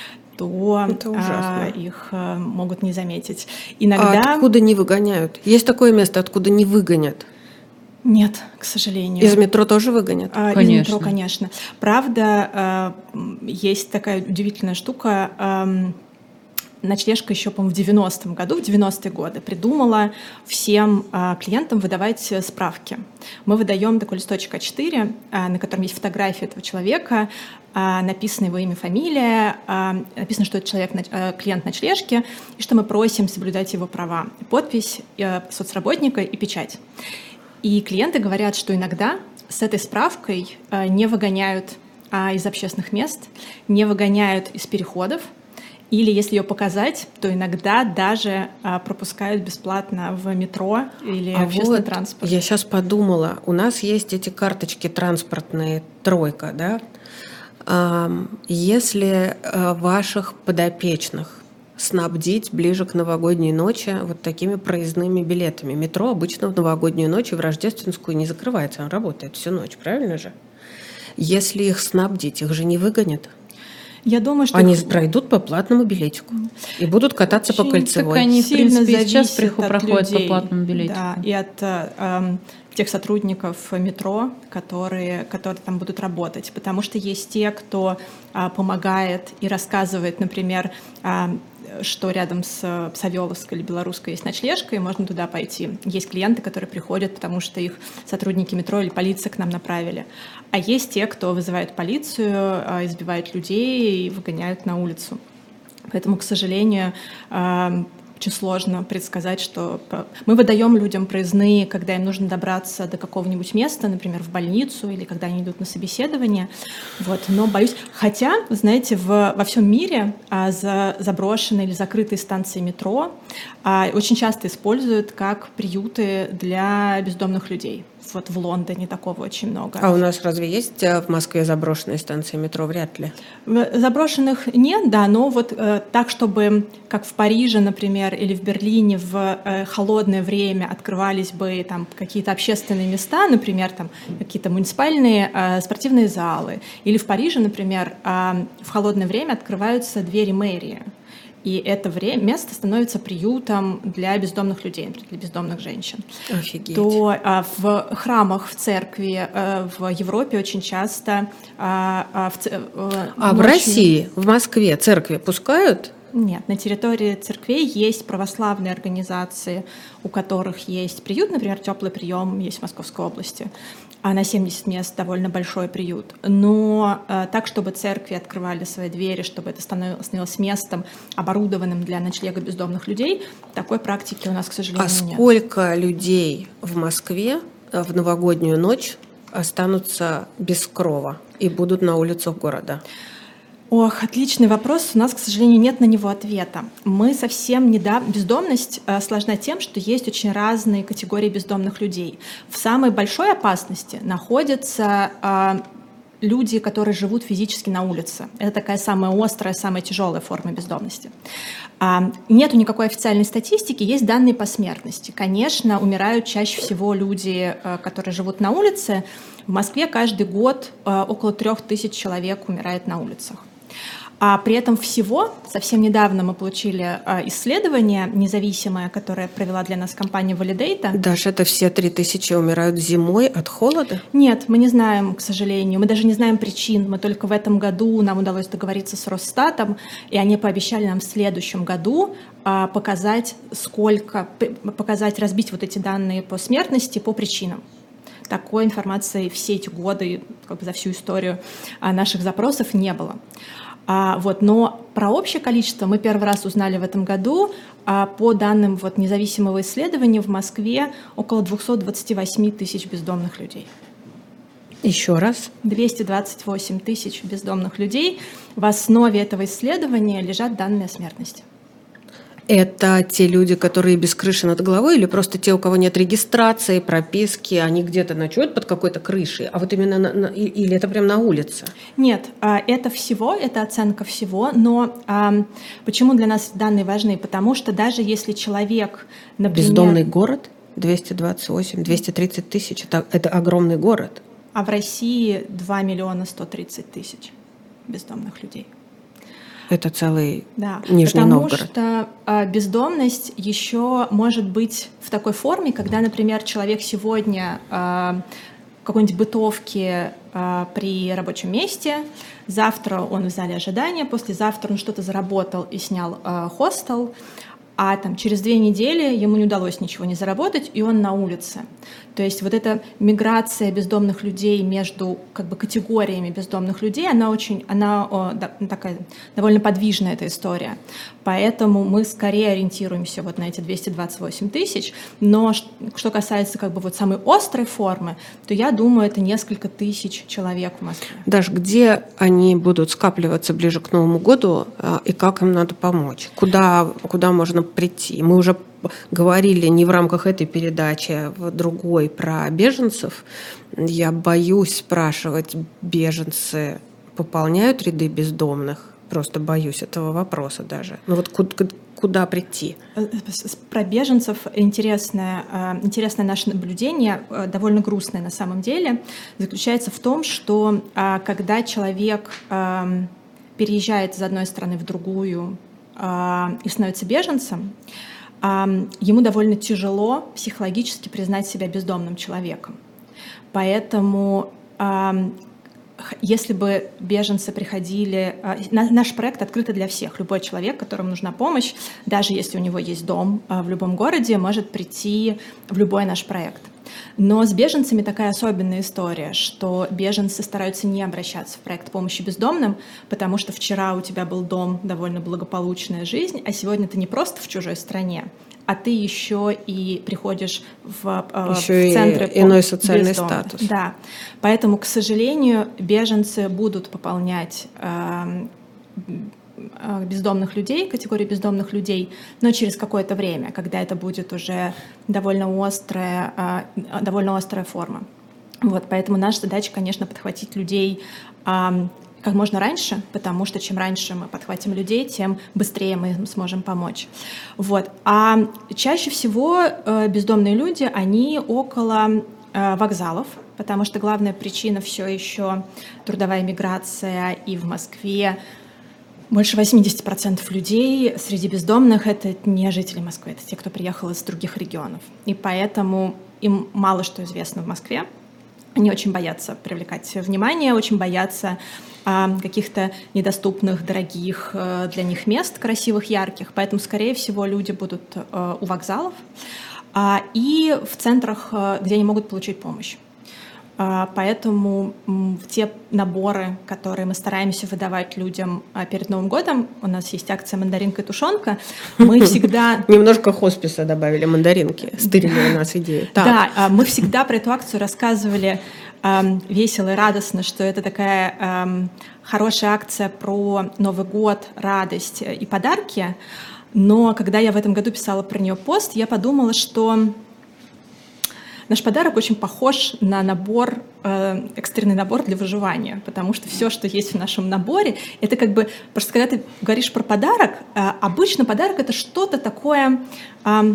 то а, их а, могут не заметить. Иногда... А откуда не выгоняют? Есть такое место, откуда не выгонят? Нет, к сожалению. Из метро тоже выгонят? А, конечно. Из метро, конечно. Правда, а, есть такая удивительная штука. А, ночлежка еще, по-моему, в девяностом году, в девяностые годы придумала всем а, клиентам выдавать справки. Мы выдаем такой листочек а четыре, а, на котором есть фотография этого человека, а, написано его имя, фамилия, а, написано, что это человек, а, клиент ночлежки, и что мы просим соблюдать его права. Подпись а, соцработника и печать. И клиенты говорят, что иногда с этой справкой а, не выгоняют а, из общественных мест, не выгоняют из переходов, или если ее показать, то иногда даже а, пропускают бесплатно в метро или а общественный вот транспорт. Я сейчас подумала, у нас есть эти карточки транспортные, тройка, да? А, если а, ваших подопечных снабдить ближе к новогодней ночи вот такими проездными билетами. Метро обычно в новогоднюю ночь и в рождественскую не закрывается, он работает всю ночь, правильно же? Если их снабдить, их же не выгонят. Я думаю, что Они их... пройдут по платному билетику и будут кататься Очень по кольцевой. Так они, в сильно принципе, сейчас зависит от проходят людей. по платному билетику. Да, и от э, тех сотрудников метро, которые, которые там будут работать. Потому что есть те, кто э, помогает и рассказывает, например, э, что рядом с Савеловской или Белорусской есть ночлежка, и можно туда пойти. Есть клиенты, которые приходят, потому что их сотрудники метро или полиция к нам направили. А есть те, кто вызывает полицию, избивает людей и выгоняют на улицу. Поэтому, к сожалению, очень сложно предсказать, что мы выдаем людям проездные, когда им нужно добраться до какого-нибудь места, например, в больницу или когда они идут на собеседование. Вот. Но боюсь, хотя, знаете, в, во всем мире а, за заброшенные или закрытые станции метро а, очень часто используют как приюты для бездомных людей. Вот в Лондоне такого очень много. А у нас разве есть в Москве заброшенные станции метро? Вряд ли. Заброшенных нет, да, но вот э, так, чтобы, как в Париже, например, или в Берлине в э, холодное время открывались бы там какие-то общественные места, например, там какие-то муниципальные э, спортивные залы, или в Париже, например, э, в холодное время открываются двери мэрии. И это время, место становится приютом для бездомных людей, для бездомных женщин. Офигеть. То а, в храмах, в церкви, а, в Европе очень часто... А, а, в, а, а в России, в Москве церкви пускают? Нет, на территории церквей есть православные организации, у которых есть приют, например, «Теплый прием» есть в Московской области, а на семьдесят мест довольно большой приют. Но э, так, чтобы церкви открывали свои двери, чтобы это становилось местом, оборудованным для ночлега бездомных людей, такой практики у нас, к сожалению, а нет. А сколько людей в Москве в новогоднюю ночь останутся без крова и будут на улицах города? Ох, отличный вопрос. У нас, к сожалению, нет на него ответа. Мы совсем недавно... Бездомность э, сложна тем, что есть очень разные категории бездомных людей. В самой большой опасности находятся э, люди, которые живут физически на улице. Это такая самая острая, самая тяжелая форма бездомности. А, нету никакой официальной статистики, есть данные по смертности. Конечно, умирают чаще всего люди, э, которые живут на улице. В Москве каждый год э, около трех тысяч человек умирает на улицах. А при этом всего, совсем недавно мы получили э, исследование независимое, которое провела для нас компания Validate. Даже это все три тысячи умирают зимой от холода? Нет, мы не знаем, к сожалению. Мы даже не знаем причин. Мы только в этом году, нам удалось договориться с Росстатом, и они пообещали нам в следующем году э, показать, сколько, показать, разбить вот эти данные по смертности по причинам. Такой информации все эти годы, как бы за всю историю наших запросов не было. А, вот, но про общее количество мы первый раз узнали в этом году. А, по данным вот, независимого исследования в Москве около двести двадцать восемь тысяч бездомных людей. Еще раз. двести двадцать восемь тысяч бездомных людей. В основе этого исследования лежат данные о смертности. Это те люди, которые без крыши над головой, или просто те, у кого нет регистрации, прописки, они где-то ночуют под какой-то крышей, а вот именно на, на, или это прям на улице? Нет, это всего, это оценка всего, но почему для нас данные важны? Потому что даже если человек, например... Бездомный город, двести двадцать восемь, двести тридцать тысяч, это, это огромный город. А в России два миллиона сто тридцать тысяч бездомных людей. Это целый да, Нижний потому Новгород. Потому что а, бездомность еще может быть в такой форме, когда, например, человек сегодня а, в какой-нибудь бытовке а, при рабочем месте, завтра он в зале ожидания, послезавтра он что-то заработал и снял а, хостел, а там через две недели ему не удалось ничего не заработать, и он на улице. То есть вот эта миграция бездомных людей между как бы категориями бездомных людей, она очень, она о, да, такая довольно подвижная эта история. Поэтому мы скорее ориентируемся вот на эти двести двадцать восемь тысяч. Но что касается как бы вот самой острой формы, то я думаю, это несколько тысяч человек в Москве. Даш, где они будут скапливаться ближе к Новому году и как им надо помочь? Куда, куда можно прийти? Мы уже говорили не в рамках этой передачи, а в другой про беженцев. Я боюсь спрашивать, беженцы пополняют ряды бездомных? Просто боюсь этого вопроса даже. Ну вот куда, куда прийти? Про беженцев интересное, интересное наше наблюдение, довольно грустное на самом деле, заключается в том, что когда человек переезжает из одной страны в другую и становится беженцем, ему довольно тяжело психологически признать себя бездомным человеком. Поэтому если бы беженцы приходили... Наш проект открыт для всех. Любой человек, которому нужна помощь, даже если у него есть дом в любом городе, может прийти в любой наш проект. Но с беженцами такая особенная история, что беженцы стараются не обращаться в проект помощи бездомным, потому что вчера у тебя был дом, довольно благополучная жизнь, а сегодня ты не просто в чужой стране, а ты еще и приходишь в, еще в центры и иной социальный бездомных. Статус. Да, поэтому, к сожалению, беженцы будут пополнять э, бездомных людей, категорию бездомных людей, но через какое-то время, когда это будет уже довольно острая, э, довольно острая форма. Вот, поэтому наша задача, конечно, подхватить людей э, как можно раньше, потому что чем раньше мы подхватим людей, тем быстрее мы им сможем помочь. Вот. А чаще всего э, бездомные люди, они около э, вокзалов, потому что главная причина все еще трудовая миграция, и в Москве больше восемьдесят процентов людей среди бездомных — это не жители Москвы, это те, кто приехал из других регионов. И поэтому им мало что известно в Москве. Они очень боятся привлекать внимание, очень боятся а, каких-то недоступных, дорогих а, для них мест, красивых, ярких. Поэтому, скорее всего, люди будут а, у вокзалов а, и в центрах, а, где они могут получить помощь. А, поэтому м, те наборы, которые мы стараемся выдавать людям а, перед Новым годом, у нас есть акция «Мандаринка и тушенка», мы всегда... Немножко хосписа добавили, мандаринки, стырили у нас идею. Да, мы всегда про эту акцию рассказывали весело и радостно, что это такая хорошая акция про Новый год, радость и подарки. Но когда я в этом году писала про нее пост, я подумала, что наш подарок очень похож на набор, э, экстренный набор для выживания, потому что все, что есть в нашем наборе, это как бы, просто когда ты говоришь про подарок, э, обычно подарок — это что-то такое э,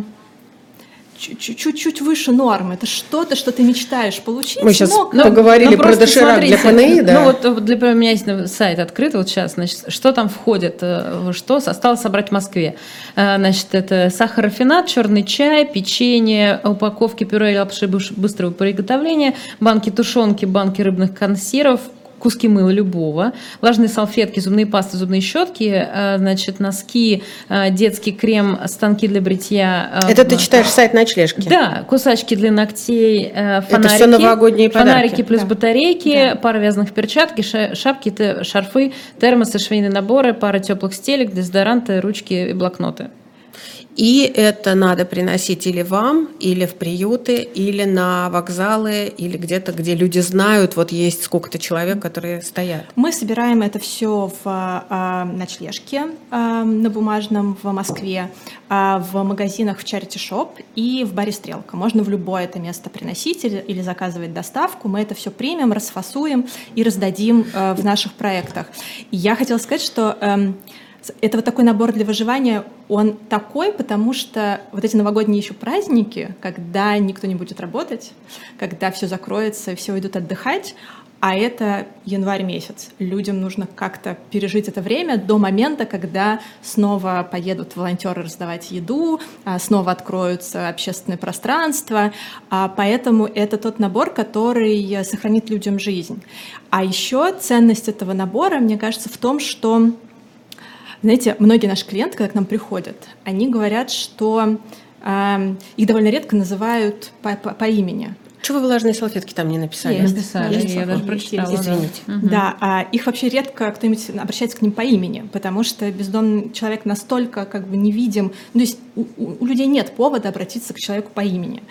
чуть-чуть выше нормы, это что-то, что ты мечтаешь получить. Мы сейчас но, поговорили ну, про доширак для ПНИ, да? Ну вот для, у меня есть сайт открыт вот сейчас, значит, что там входит, что осталось собрать в Москве. Значит, это сахар-рафинад, черный чай, печенье, упаковки пюре и лапши быстрого приготовления, банки тушенки, банки рыбных консервов, куски мыла любого, влажные салфетки, зубные пасты, зубные щетки, значит, носки, детский крем, станки для бритья. Это ты читаешь сайт «Ночлежки»? Да, кусачки для ногтей, фонарики. Это все новогодние подарки. Фонарики плюс да. батарейки, да. пара вязаных перчатки, шапки, шарфы, термосы, швейные наборы, пара теплых стелек, дезодоранты, ручки и блокноты. И это надо приносить или вам, или в приюты, или на вокзалы, или где-то, где люди знают, вот есть сколько-то человек, которые стоят. Мы собираем это все в а, ночлежке а, на Бумажном в Москве, а, в магазинах в Charity Shop и в баре «Стрелка». Можно в любое это место приносить или, или заказывать доставку. Мы это все примем, расфасуем и раздадим а, в наших проектах. И я хотела сказать, что... А, это вот такой набор для выживания, он такой, потому что вот эти новогодние еще праздники, когда никто не будет работать, когда все закроется и все идут отдыхать, а это январь месяц. Людям нужно как-то пережить это время до момента, когда снова поедут волонтеры раздавать еду, снова откроются общественные пространства. Поэтому это тот набор, который сохранит людям жизнь. А еще ценность этого набора, мне кажется, в том, что знаете, многие наши клиенты, когда к нам приходят, они говорят, что э, их довольно редко называют по, по, по имени. Чего вы влажные салфетки там не написали? Есть, написали, есть, я есть, даже есть, прочитала. есть. Извините. Да, Да, а их вообще редко кто-нибудь обращается к ним по имени, потому что бездомный человек настолько как бы невидим, ну, то есть у, у людей нет повода обратиться к человеку по имени.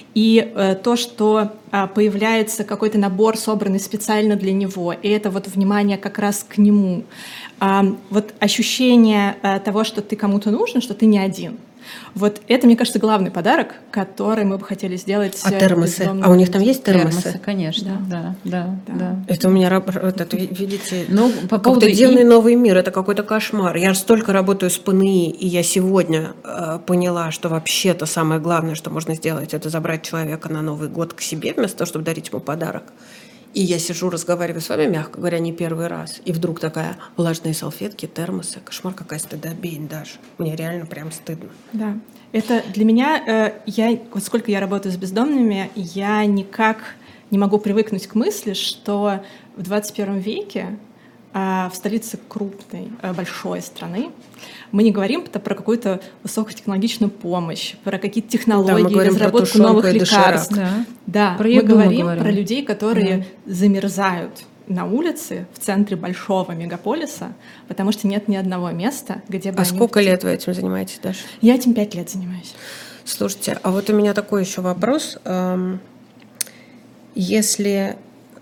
И э, то, что э, появляется какой-то набор, собранный специально для него, и это вот внимание как раз к нему, э, вот ощущение э, того, что ты кому-то нужен, что ты не один. Вот это, мне кажется, главный подарок, который мы бы хотели сделать. А термосы? А у них там есть термосы? термосы, конечно, да, да, да. да. Это у меня, это, видите, ну, по поводу дивный и... новый мир, это какой-то кошмар. Я столько работаю с ПНИ, и я сегодня э, поняла, что вообще-то самое главное, что можно сделать, это забрать человека на Новый год к себе, вместо того, чтобы дарить ему подарок. И я сижу, разговариваю с вами, мягко говоря, не первый раз. И вдруг такая: влажные салфетки, термосы. Кошмар, какая стыдобень даже. Мне реально прям стыдно. Да. Это для меня, э, я, вот сколько я работаю с бездомными, я никак не могу привыкнуть к мысли, что в двадцать первом веке э, в столице крупной, э, большой страны мы не говорим про какую-то высокотехнологичную помощь, про какие-то технологии, да, разработку новых лекарств. Да, да про мы говорим, говорим про людей, которые да. замерзают на улице в центре большого мегаполиса, потому что нет ни одного места, где бы А они... сколько лет вы этим занимаетесь, Даша? Я этим пять лет занимаюсь. Слушайте, а вот у меня такой еще вопрос. Если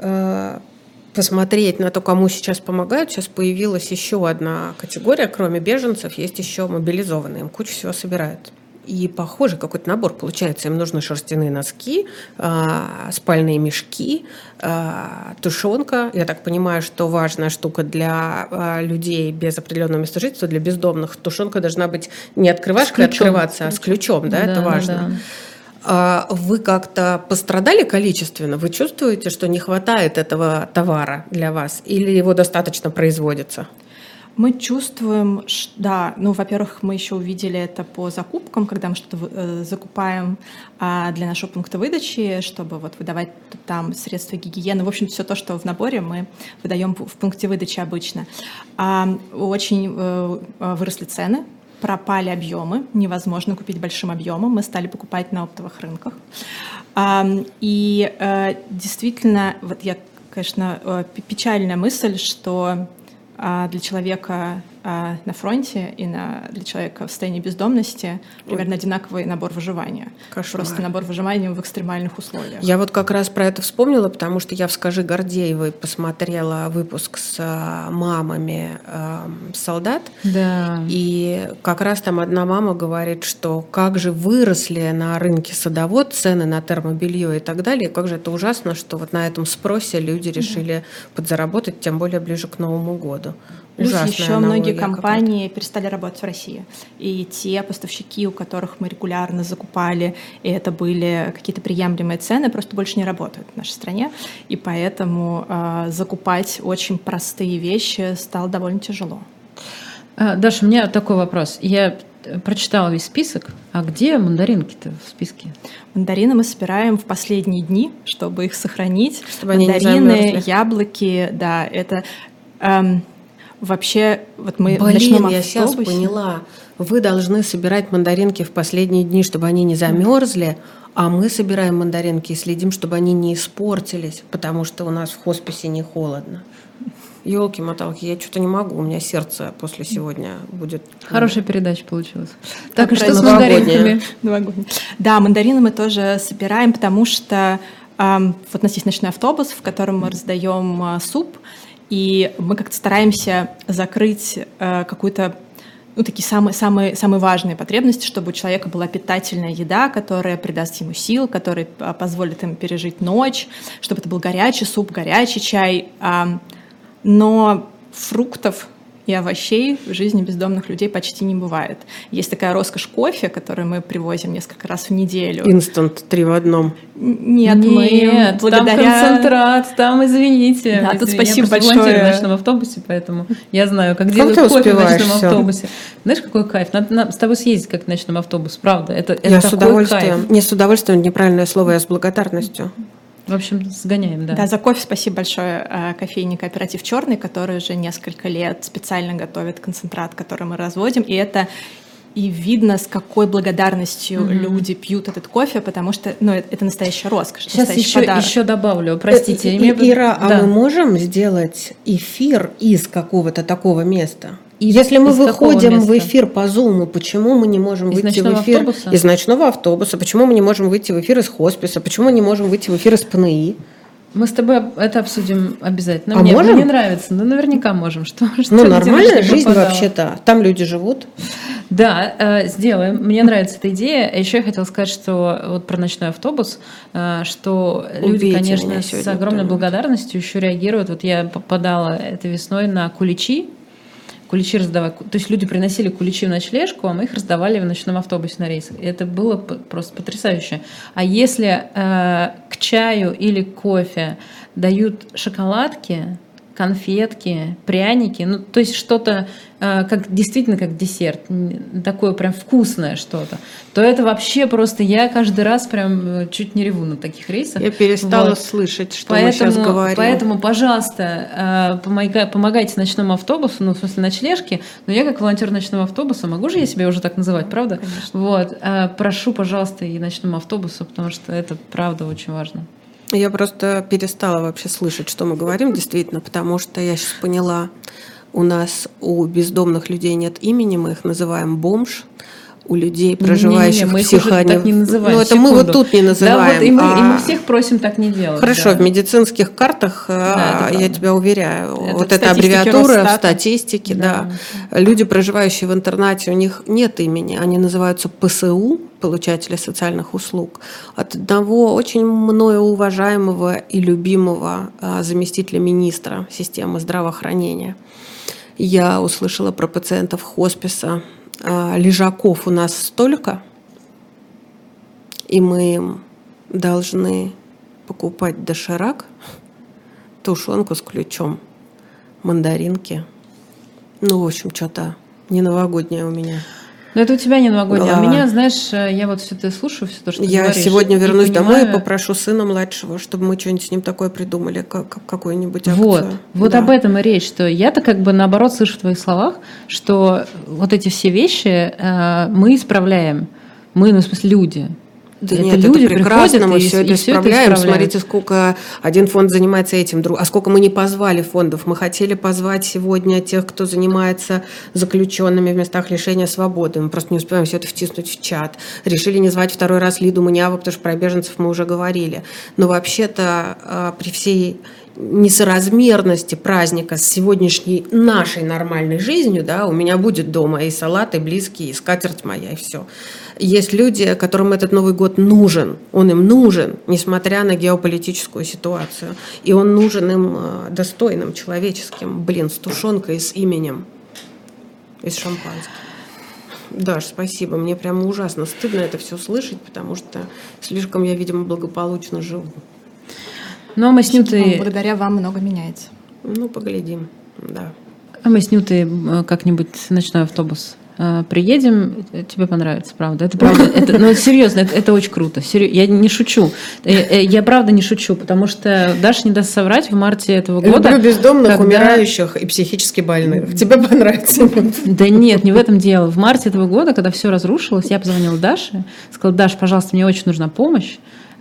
посмотреть на то, кому сейчас помогают, сейчас появилась еще одна категория, кроме беженцев, есть еще мобилизованные, им кучу всего собирают. И похоже, какой-то набор получается. Им нужны шерстяные носки, спальные мешки, тушенка. Я так понимаю, что важная штука для людей без определенного места жительства, для бездомных. Тушенка должна быть не открывашкой открываться, а с ключом. Да, да, это важно. Да, да. Вы как-то пострадали количественно? Вы чувствуете, что не хватает этого товара для вас? Или его достаточно производится? Мы чувствуем, да, ну, во-первых, мы еще увидели это по закупкам, когда мы что-то э, закупаем э, для нашего пункта выдачи, чтобы вот выдавать там средства гигиены. В общем, все то, что в наборе, мы выдаем в пункте выдачи обычно. А, очень э, выросли цены, пропали объемы, невозможно купить большим объемом, мы стали покупать на оптовых рынках. А, и э, действительно, вот я, конечно, печальная мысль, что для человека на фронте и на, для человека в состоянии бездомности примерно Ой. одинаковый набор выживания. Кошмар. Просто набор выживания в экстремальных условиях. Я вот как раз про это вспомнила, потому что я в «Скажи Гордеевой» посмотрела выпуск с мамами э, солдат. Да. И как раз там одна мама говорит, что как же выросли на рынке садовод цены на термобелье и так далее. Как же это ужасно, что вот на этом спросе люди решили да. подзаработать, тем более ближе к Новому году. Плюс Ужасная еще многие аналогия компании перестали работать в России. И те поставщики, у которых мы регулярно закупали, и это были какие-то приемлемые цены, просто больше не работают в нашей стране. И поэтому э, закупать очень простые вещи стало довольно тяжело. А, Даша, у меня такой вопрос. Я прочитала весь список. А где мандаринки-то в списке? Мандарины мы собираем в последние дни, чтобы их сохранить. Чтобы Мандарины, яблоки, да, это... Эм, Вообще, вот мы Блин, в ночном я автобусе... сейчас поняла. Вы должны собирать мандаринки в последние дни, чтобы они не замерзли, а мы собираем мандаринки и следим, чтобы они не испортились, потому что у нас в хосписе не холодно. Ёлки-моталки, я что-то не могу, у меня сердце после сегодня будет... Хорошая передача получилась. Так, и Про что с новогоднее. мандаринками? Новогодний. Да, мандарины мы тоже собираем, потому что эм, вот у нас есть ночной автобус, в котором мы раздаем э, суп, и мы как-то стараемся закрыть э, какую-то, ну, такие самые, самые, самые важные потребности, чтобы у человека была питательная еда, которая придаст ему сил, которая э, позволит ему пережить ночь, чтобы это был горячий суп, горячий чай. Э, но фруктов и овощей в жизни бездомных людей почти не бывает. Есть такая роскошь кофе, который мы привозим несколько раз в неделю. Инстант три в одном. Нет, Нет, мы благодаря... там концентрат, там, извините. Да, тут Извини, спасибо я просто большое. волонтерю в ночном автобусе, поэтому я знаю, как Как делают ты кофе в успеваешь ночном всё? автобусе. Знаешь, какой кайф? Надо, надо с тобой съездить как в ночном автобусе, правда. Это, это Я с такой удовольствием, кайф. не с удовольствием, неправильное слово, я с благодарностью. В общем, сгоняем, да. Да, за кофе спасибо большое э, кофейне «Кооператив Черный», который уже несколько лет специально готовит концентрат, который мы разводим, и это и видно, с какой благодарностью Мгм. люди пьют этот кофе, потому что, ну, это, это настоящая роскошь, Сейчас настоящий еще, подарок. еще добавлю, простите. И- имею в виду- Ира, а да. мы можем сделать эфир из какого-то такого места? Из- Если мы из какого выходим в места? эфир по Зуму, почему мы не можем Из выйти в ночного эфир автобуса? из ночного автобуса? Почему мы не можем выйти в эфир из хосписа? Почему мы не можем выйти в эфир из ПНИ? Мы с тобой это обсудим обязательно. А Мне, можем? мне нравится, ну наверняка можем. Что, что Ну, где нормальная ночь не жизнь пропадала. вообще-то. Там люди живут. Да, э, сделаем. Мне нравится эта идея. А еще я хотела сказать, что вот про ночной автобус, э, что люди, Убейте конечно, меня с сегодня огромной кто-нибудь. благодарностью еще реагируют. Вот я попадала этой весной на куличи. Куличи раздавать. То есть люди приносили куличи в ночлежку, а мы их раздавали в ночном автобусе на рейс. И это было п- просто потрясающе. А если э, к чаю или к кофе дают шоколадки, конфетки, пряники, ну то есть что-то э, как действительно как десерт, н- такое прям вкусное что-то, то это вообще просто я каждый раз прям э, чуть не реву на таких рейсах. Я перестала Вот. слышать, что Поэтому, мы сейчас говорим. поэтому, пожалуйста, э, помогай- помогайте ночному автобусу, ну, в смысле, ночлежки, но я как волонтер ночного автобуса, могу же я себя уже так называть, правда? Конечно. Вот, э, прошу, пожалуйста, и ночному автобусу, потому что это, правда, очень важно. Я просто перестала вообще слышать, что мы говорим, действительно, потому что я сейчас поняла, у нас у бездомных людей нет имени, мы их называем бомж. У людей, проживающих Не-не-не, мы в их уже психоане... так не называем, Ну, это мы вот секунду. тут не называем. Да, вот и мы, и мы а- всех просим так не делать. Хорошо, да. в медицинских картах, Да, а, это я правда. тебя уверяю, Это вот в эта статистике аббревиатура в Росстата. статистике, Да. да. Люди, проживающие в интернате, у них нет имени, они называются ПСУ, получатели социальных услуг, от одного очень мною уважаемого и любимого а, заместителя министра системы здравоохранения. Я услышала про пациентов хосписа. А, лежаков у нас столько, и мы им должны покупать доширак, тушенку с ключом, мандаринки. Ну, в общем, что-то не новогоднее у меня. Но это у тебя не новогоднее. А у Да. меня, знаешь, я вот все это слушаю, все то, что ты Я говоришь, сегодня и вернусь домой и понимаю- попрошу сына младшего, чтобы мы что-нибудь с ним такое придумали, как, какую-нибудь акцию. Вот, вот Да. об этом и речь, что я-то как бы наоборот слышу в твоих словах, что вот эти все вещи э, мы исправляем. Мы, ну, в смысле, люди. Да это нет, люди это прекрасно, приходят мы и- все и это всё это исправляем. исправляют. Смотрите, сколько один фонд занимается этим, друг- а сколько мы не позвали фондов. Мы хотели позвать сегодня тех, кто занимается заключенными в местах лишения свободы. Мы просто не успеваем все это втиснуть в чат. Решили не звать второй раз Лиду Маняву, потому что про беженцев мы уже говорили. Но вообще-то а, при всей несоразмерности праздника с сегодняшней нашей нормальной жизнью, да, у меня будет дома и салат, и близкие, и скатерть моя, и все. Есть люди, которым этот Новый год нужен, он им нужен, несмотря на геополитическую ситуацию, и он нужен им э, достойным, человеческим, блин, с тушенкой, с именем, и с шампанским. Даш, спасибо, мне прямо ужасно стыдно это все слышать, потому что слишком я, видимо, благополучно живу. Ну, а мы с Ну, Нютой, благодаря вам много меняется. Ну, поглядим, да. а мы с Нютой э, как-нибудь в ночной автобус э, приедем, э, тебе понравится, правда. Это правда. Это, ну, серьезно, это, это очень круто. Серьё- Я не шучу. Э, э, Я правда не шучу, потому что Даша не даст соврать, в марте этого года. Люблю бездомных, когда- умирающих и психически больных. Тебе понравится? Да нет, не в этом дело. В марте этого года, когда все разрушилось, я позвонила Даше, сказала: Даш, пожалуйста, мне очень нужна помощь.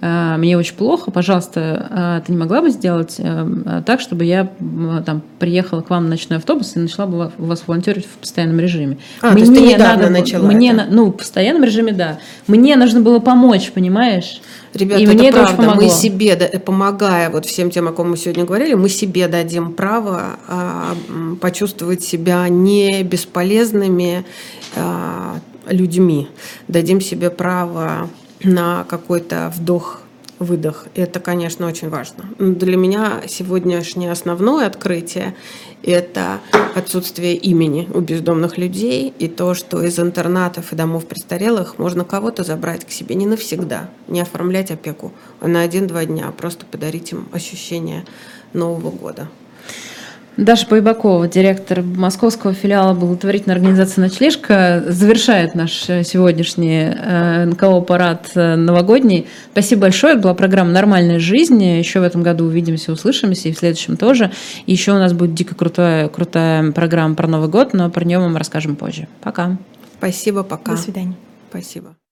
мне очень плохо, пожалуйста, ты не могла бы сделать так, чтобы я там приехала к вам на ночной автобус и начала бы у вас волонтерить в постоянном режиме. А, мне то есть ты недавно надо, начала мне, это? Ну, в постоянном режиме, да. Мне нужно было помочь, понимаешь? Ребята, и это мне правда. это очень помогло. Мы себе, помогая вот всем тем, о ком мы сегодня говорили, мы себе дадим право а, почувствовать себя не бесполезными а, людьми. Дадим себе право на какой-то вдох-выдох. Это, конечно, очень важно. Для меня сегодняшнее основное открытие – это отсутствие имени у бездомных людей и то, что из интернатов и домов престарелых можно кого-то забрать к себе не навсегда, не оформлять опеку, а на один-два дня, просто подарить им ощущение Нового года. Даша Байбакова, директор московского филиала благотворительной организации «Ночлежка», завершает наш сегодняшний эн ка о-парад новогодний. Спасибо большое. Это была программа «Нормальная жизнь». Еще в этом году увидимся, услышимся, и в следующем тоже. И еще у нас будет дико крутая, крутая программа про Новый год, но про нее мы вам расскажем позже. Пока. Спасибо, пока. До свидания. Спасибо.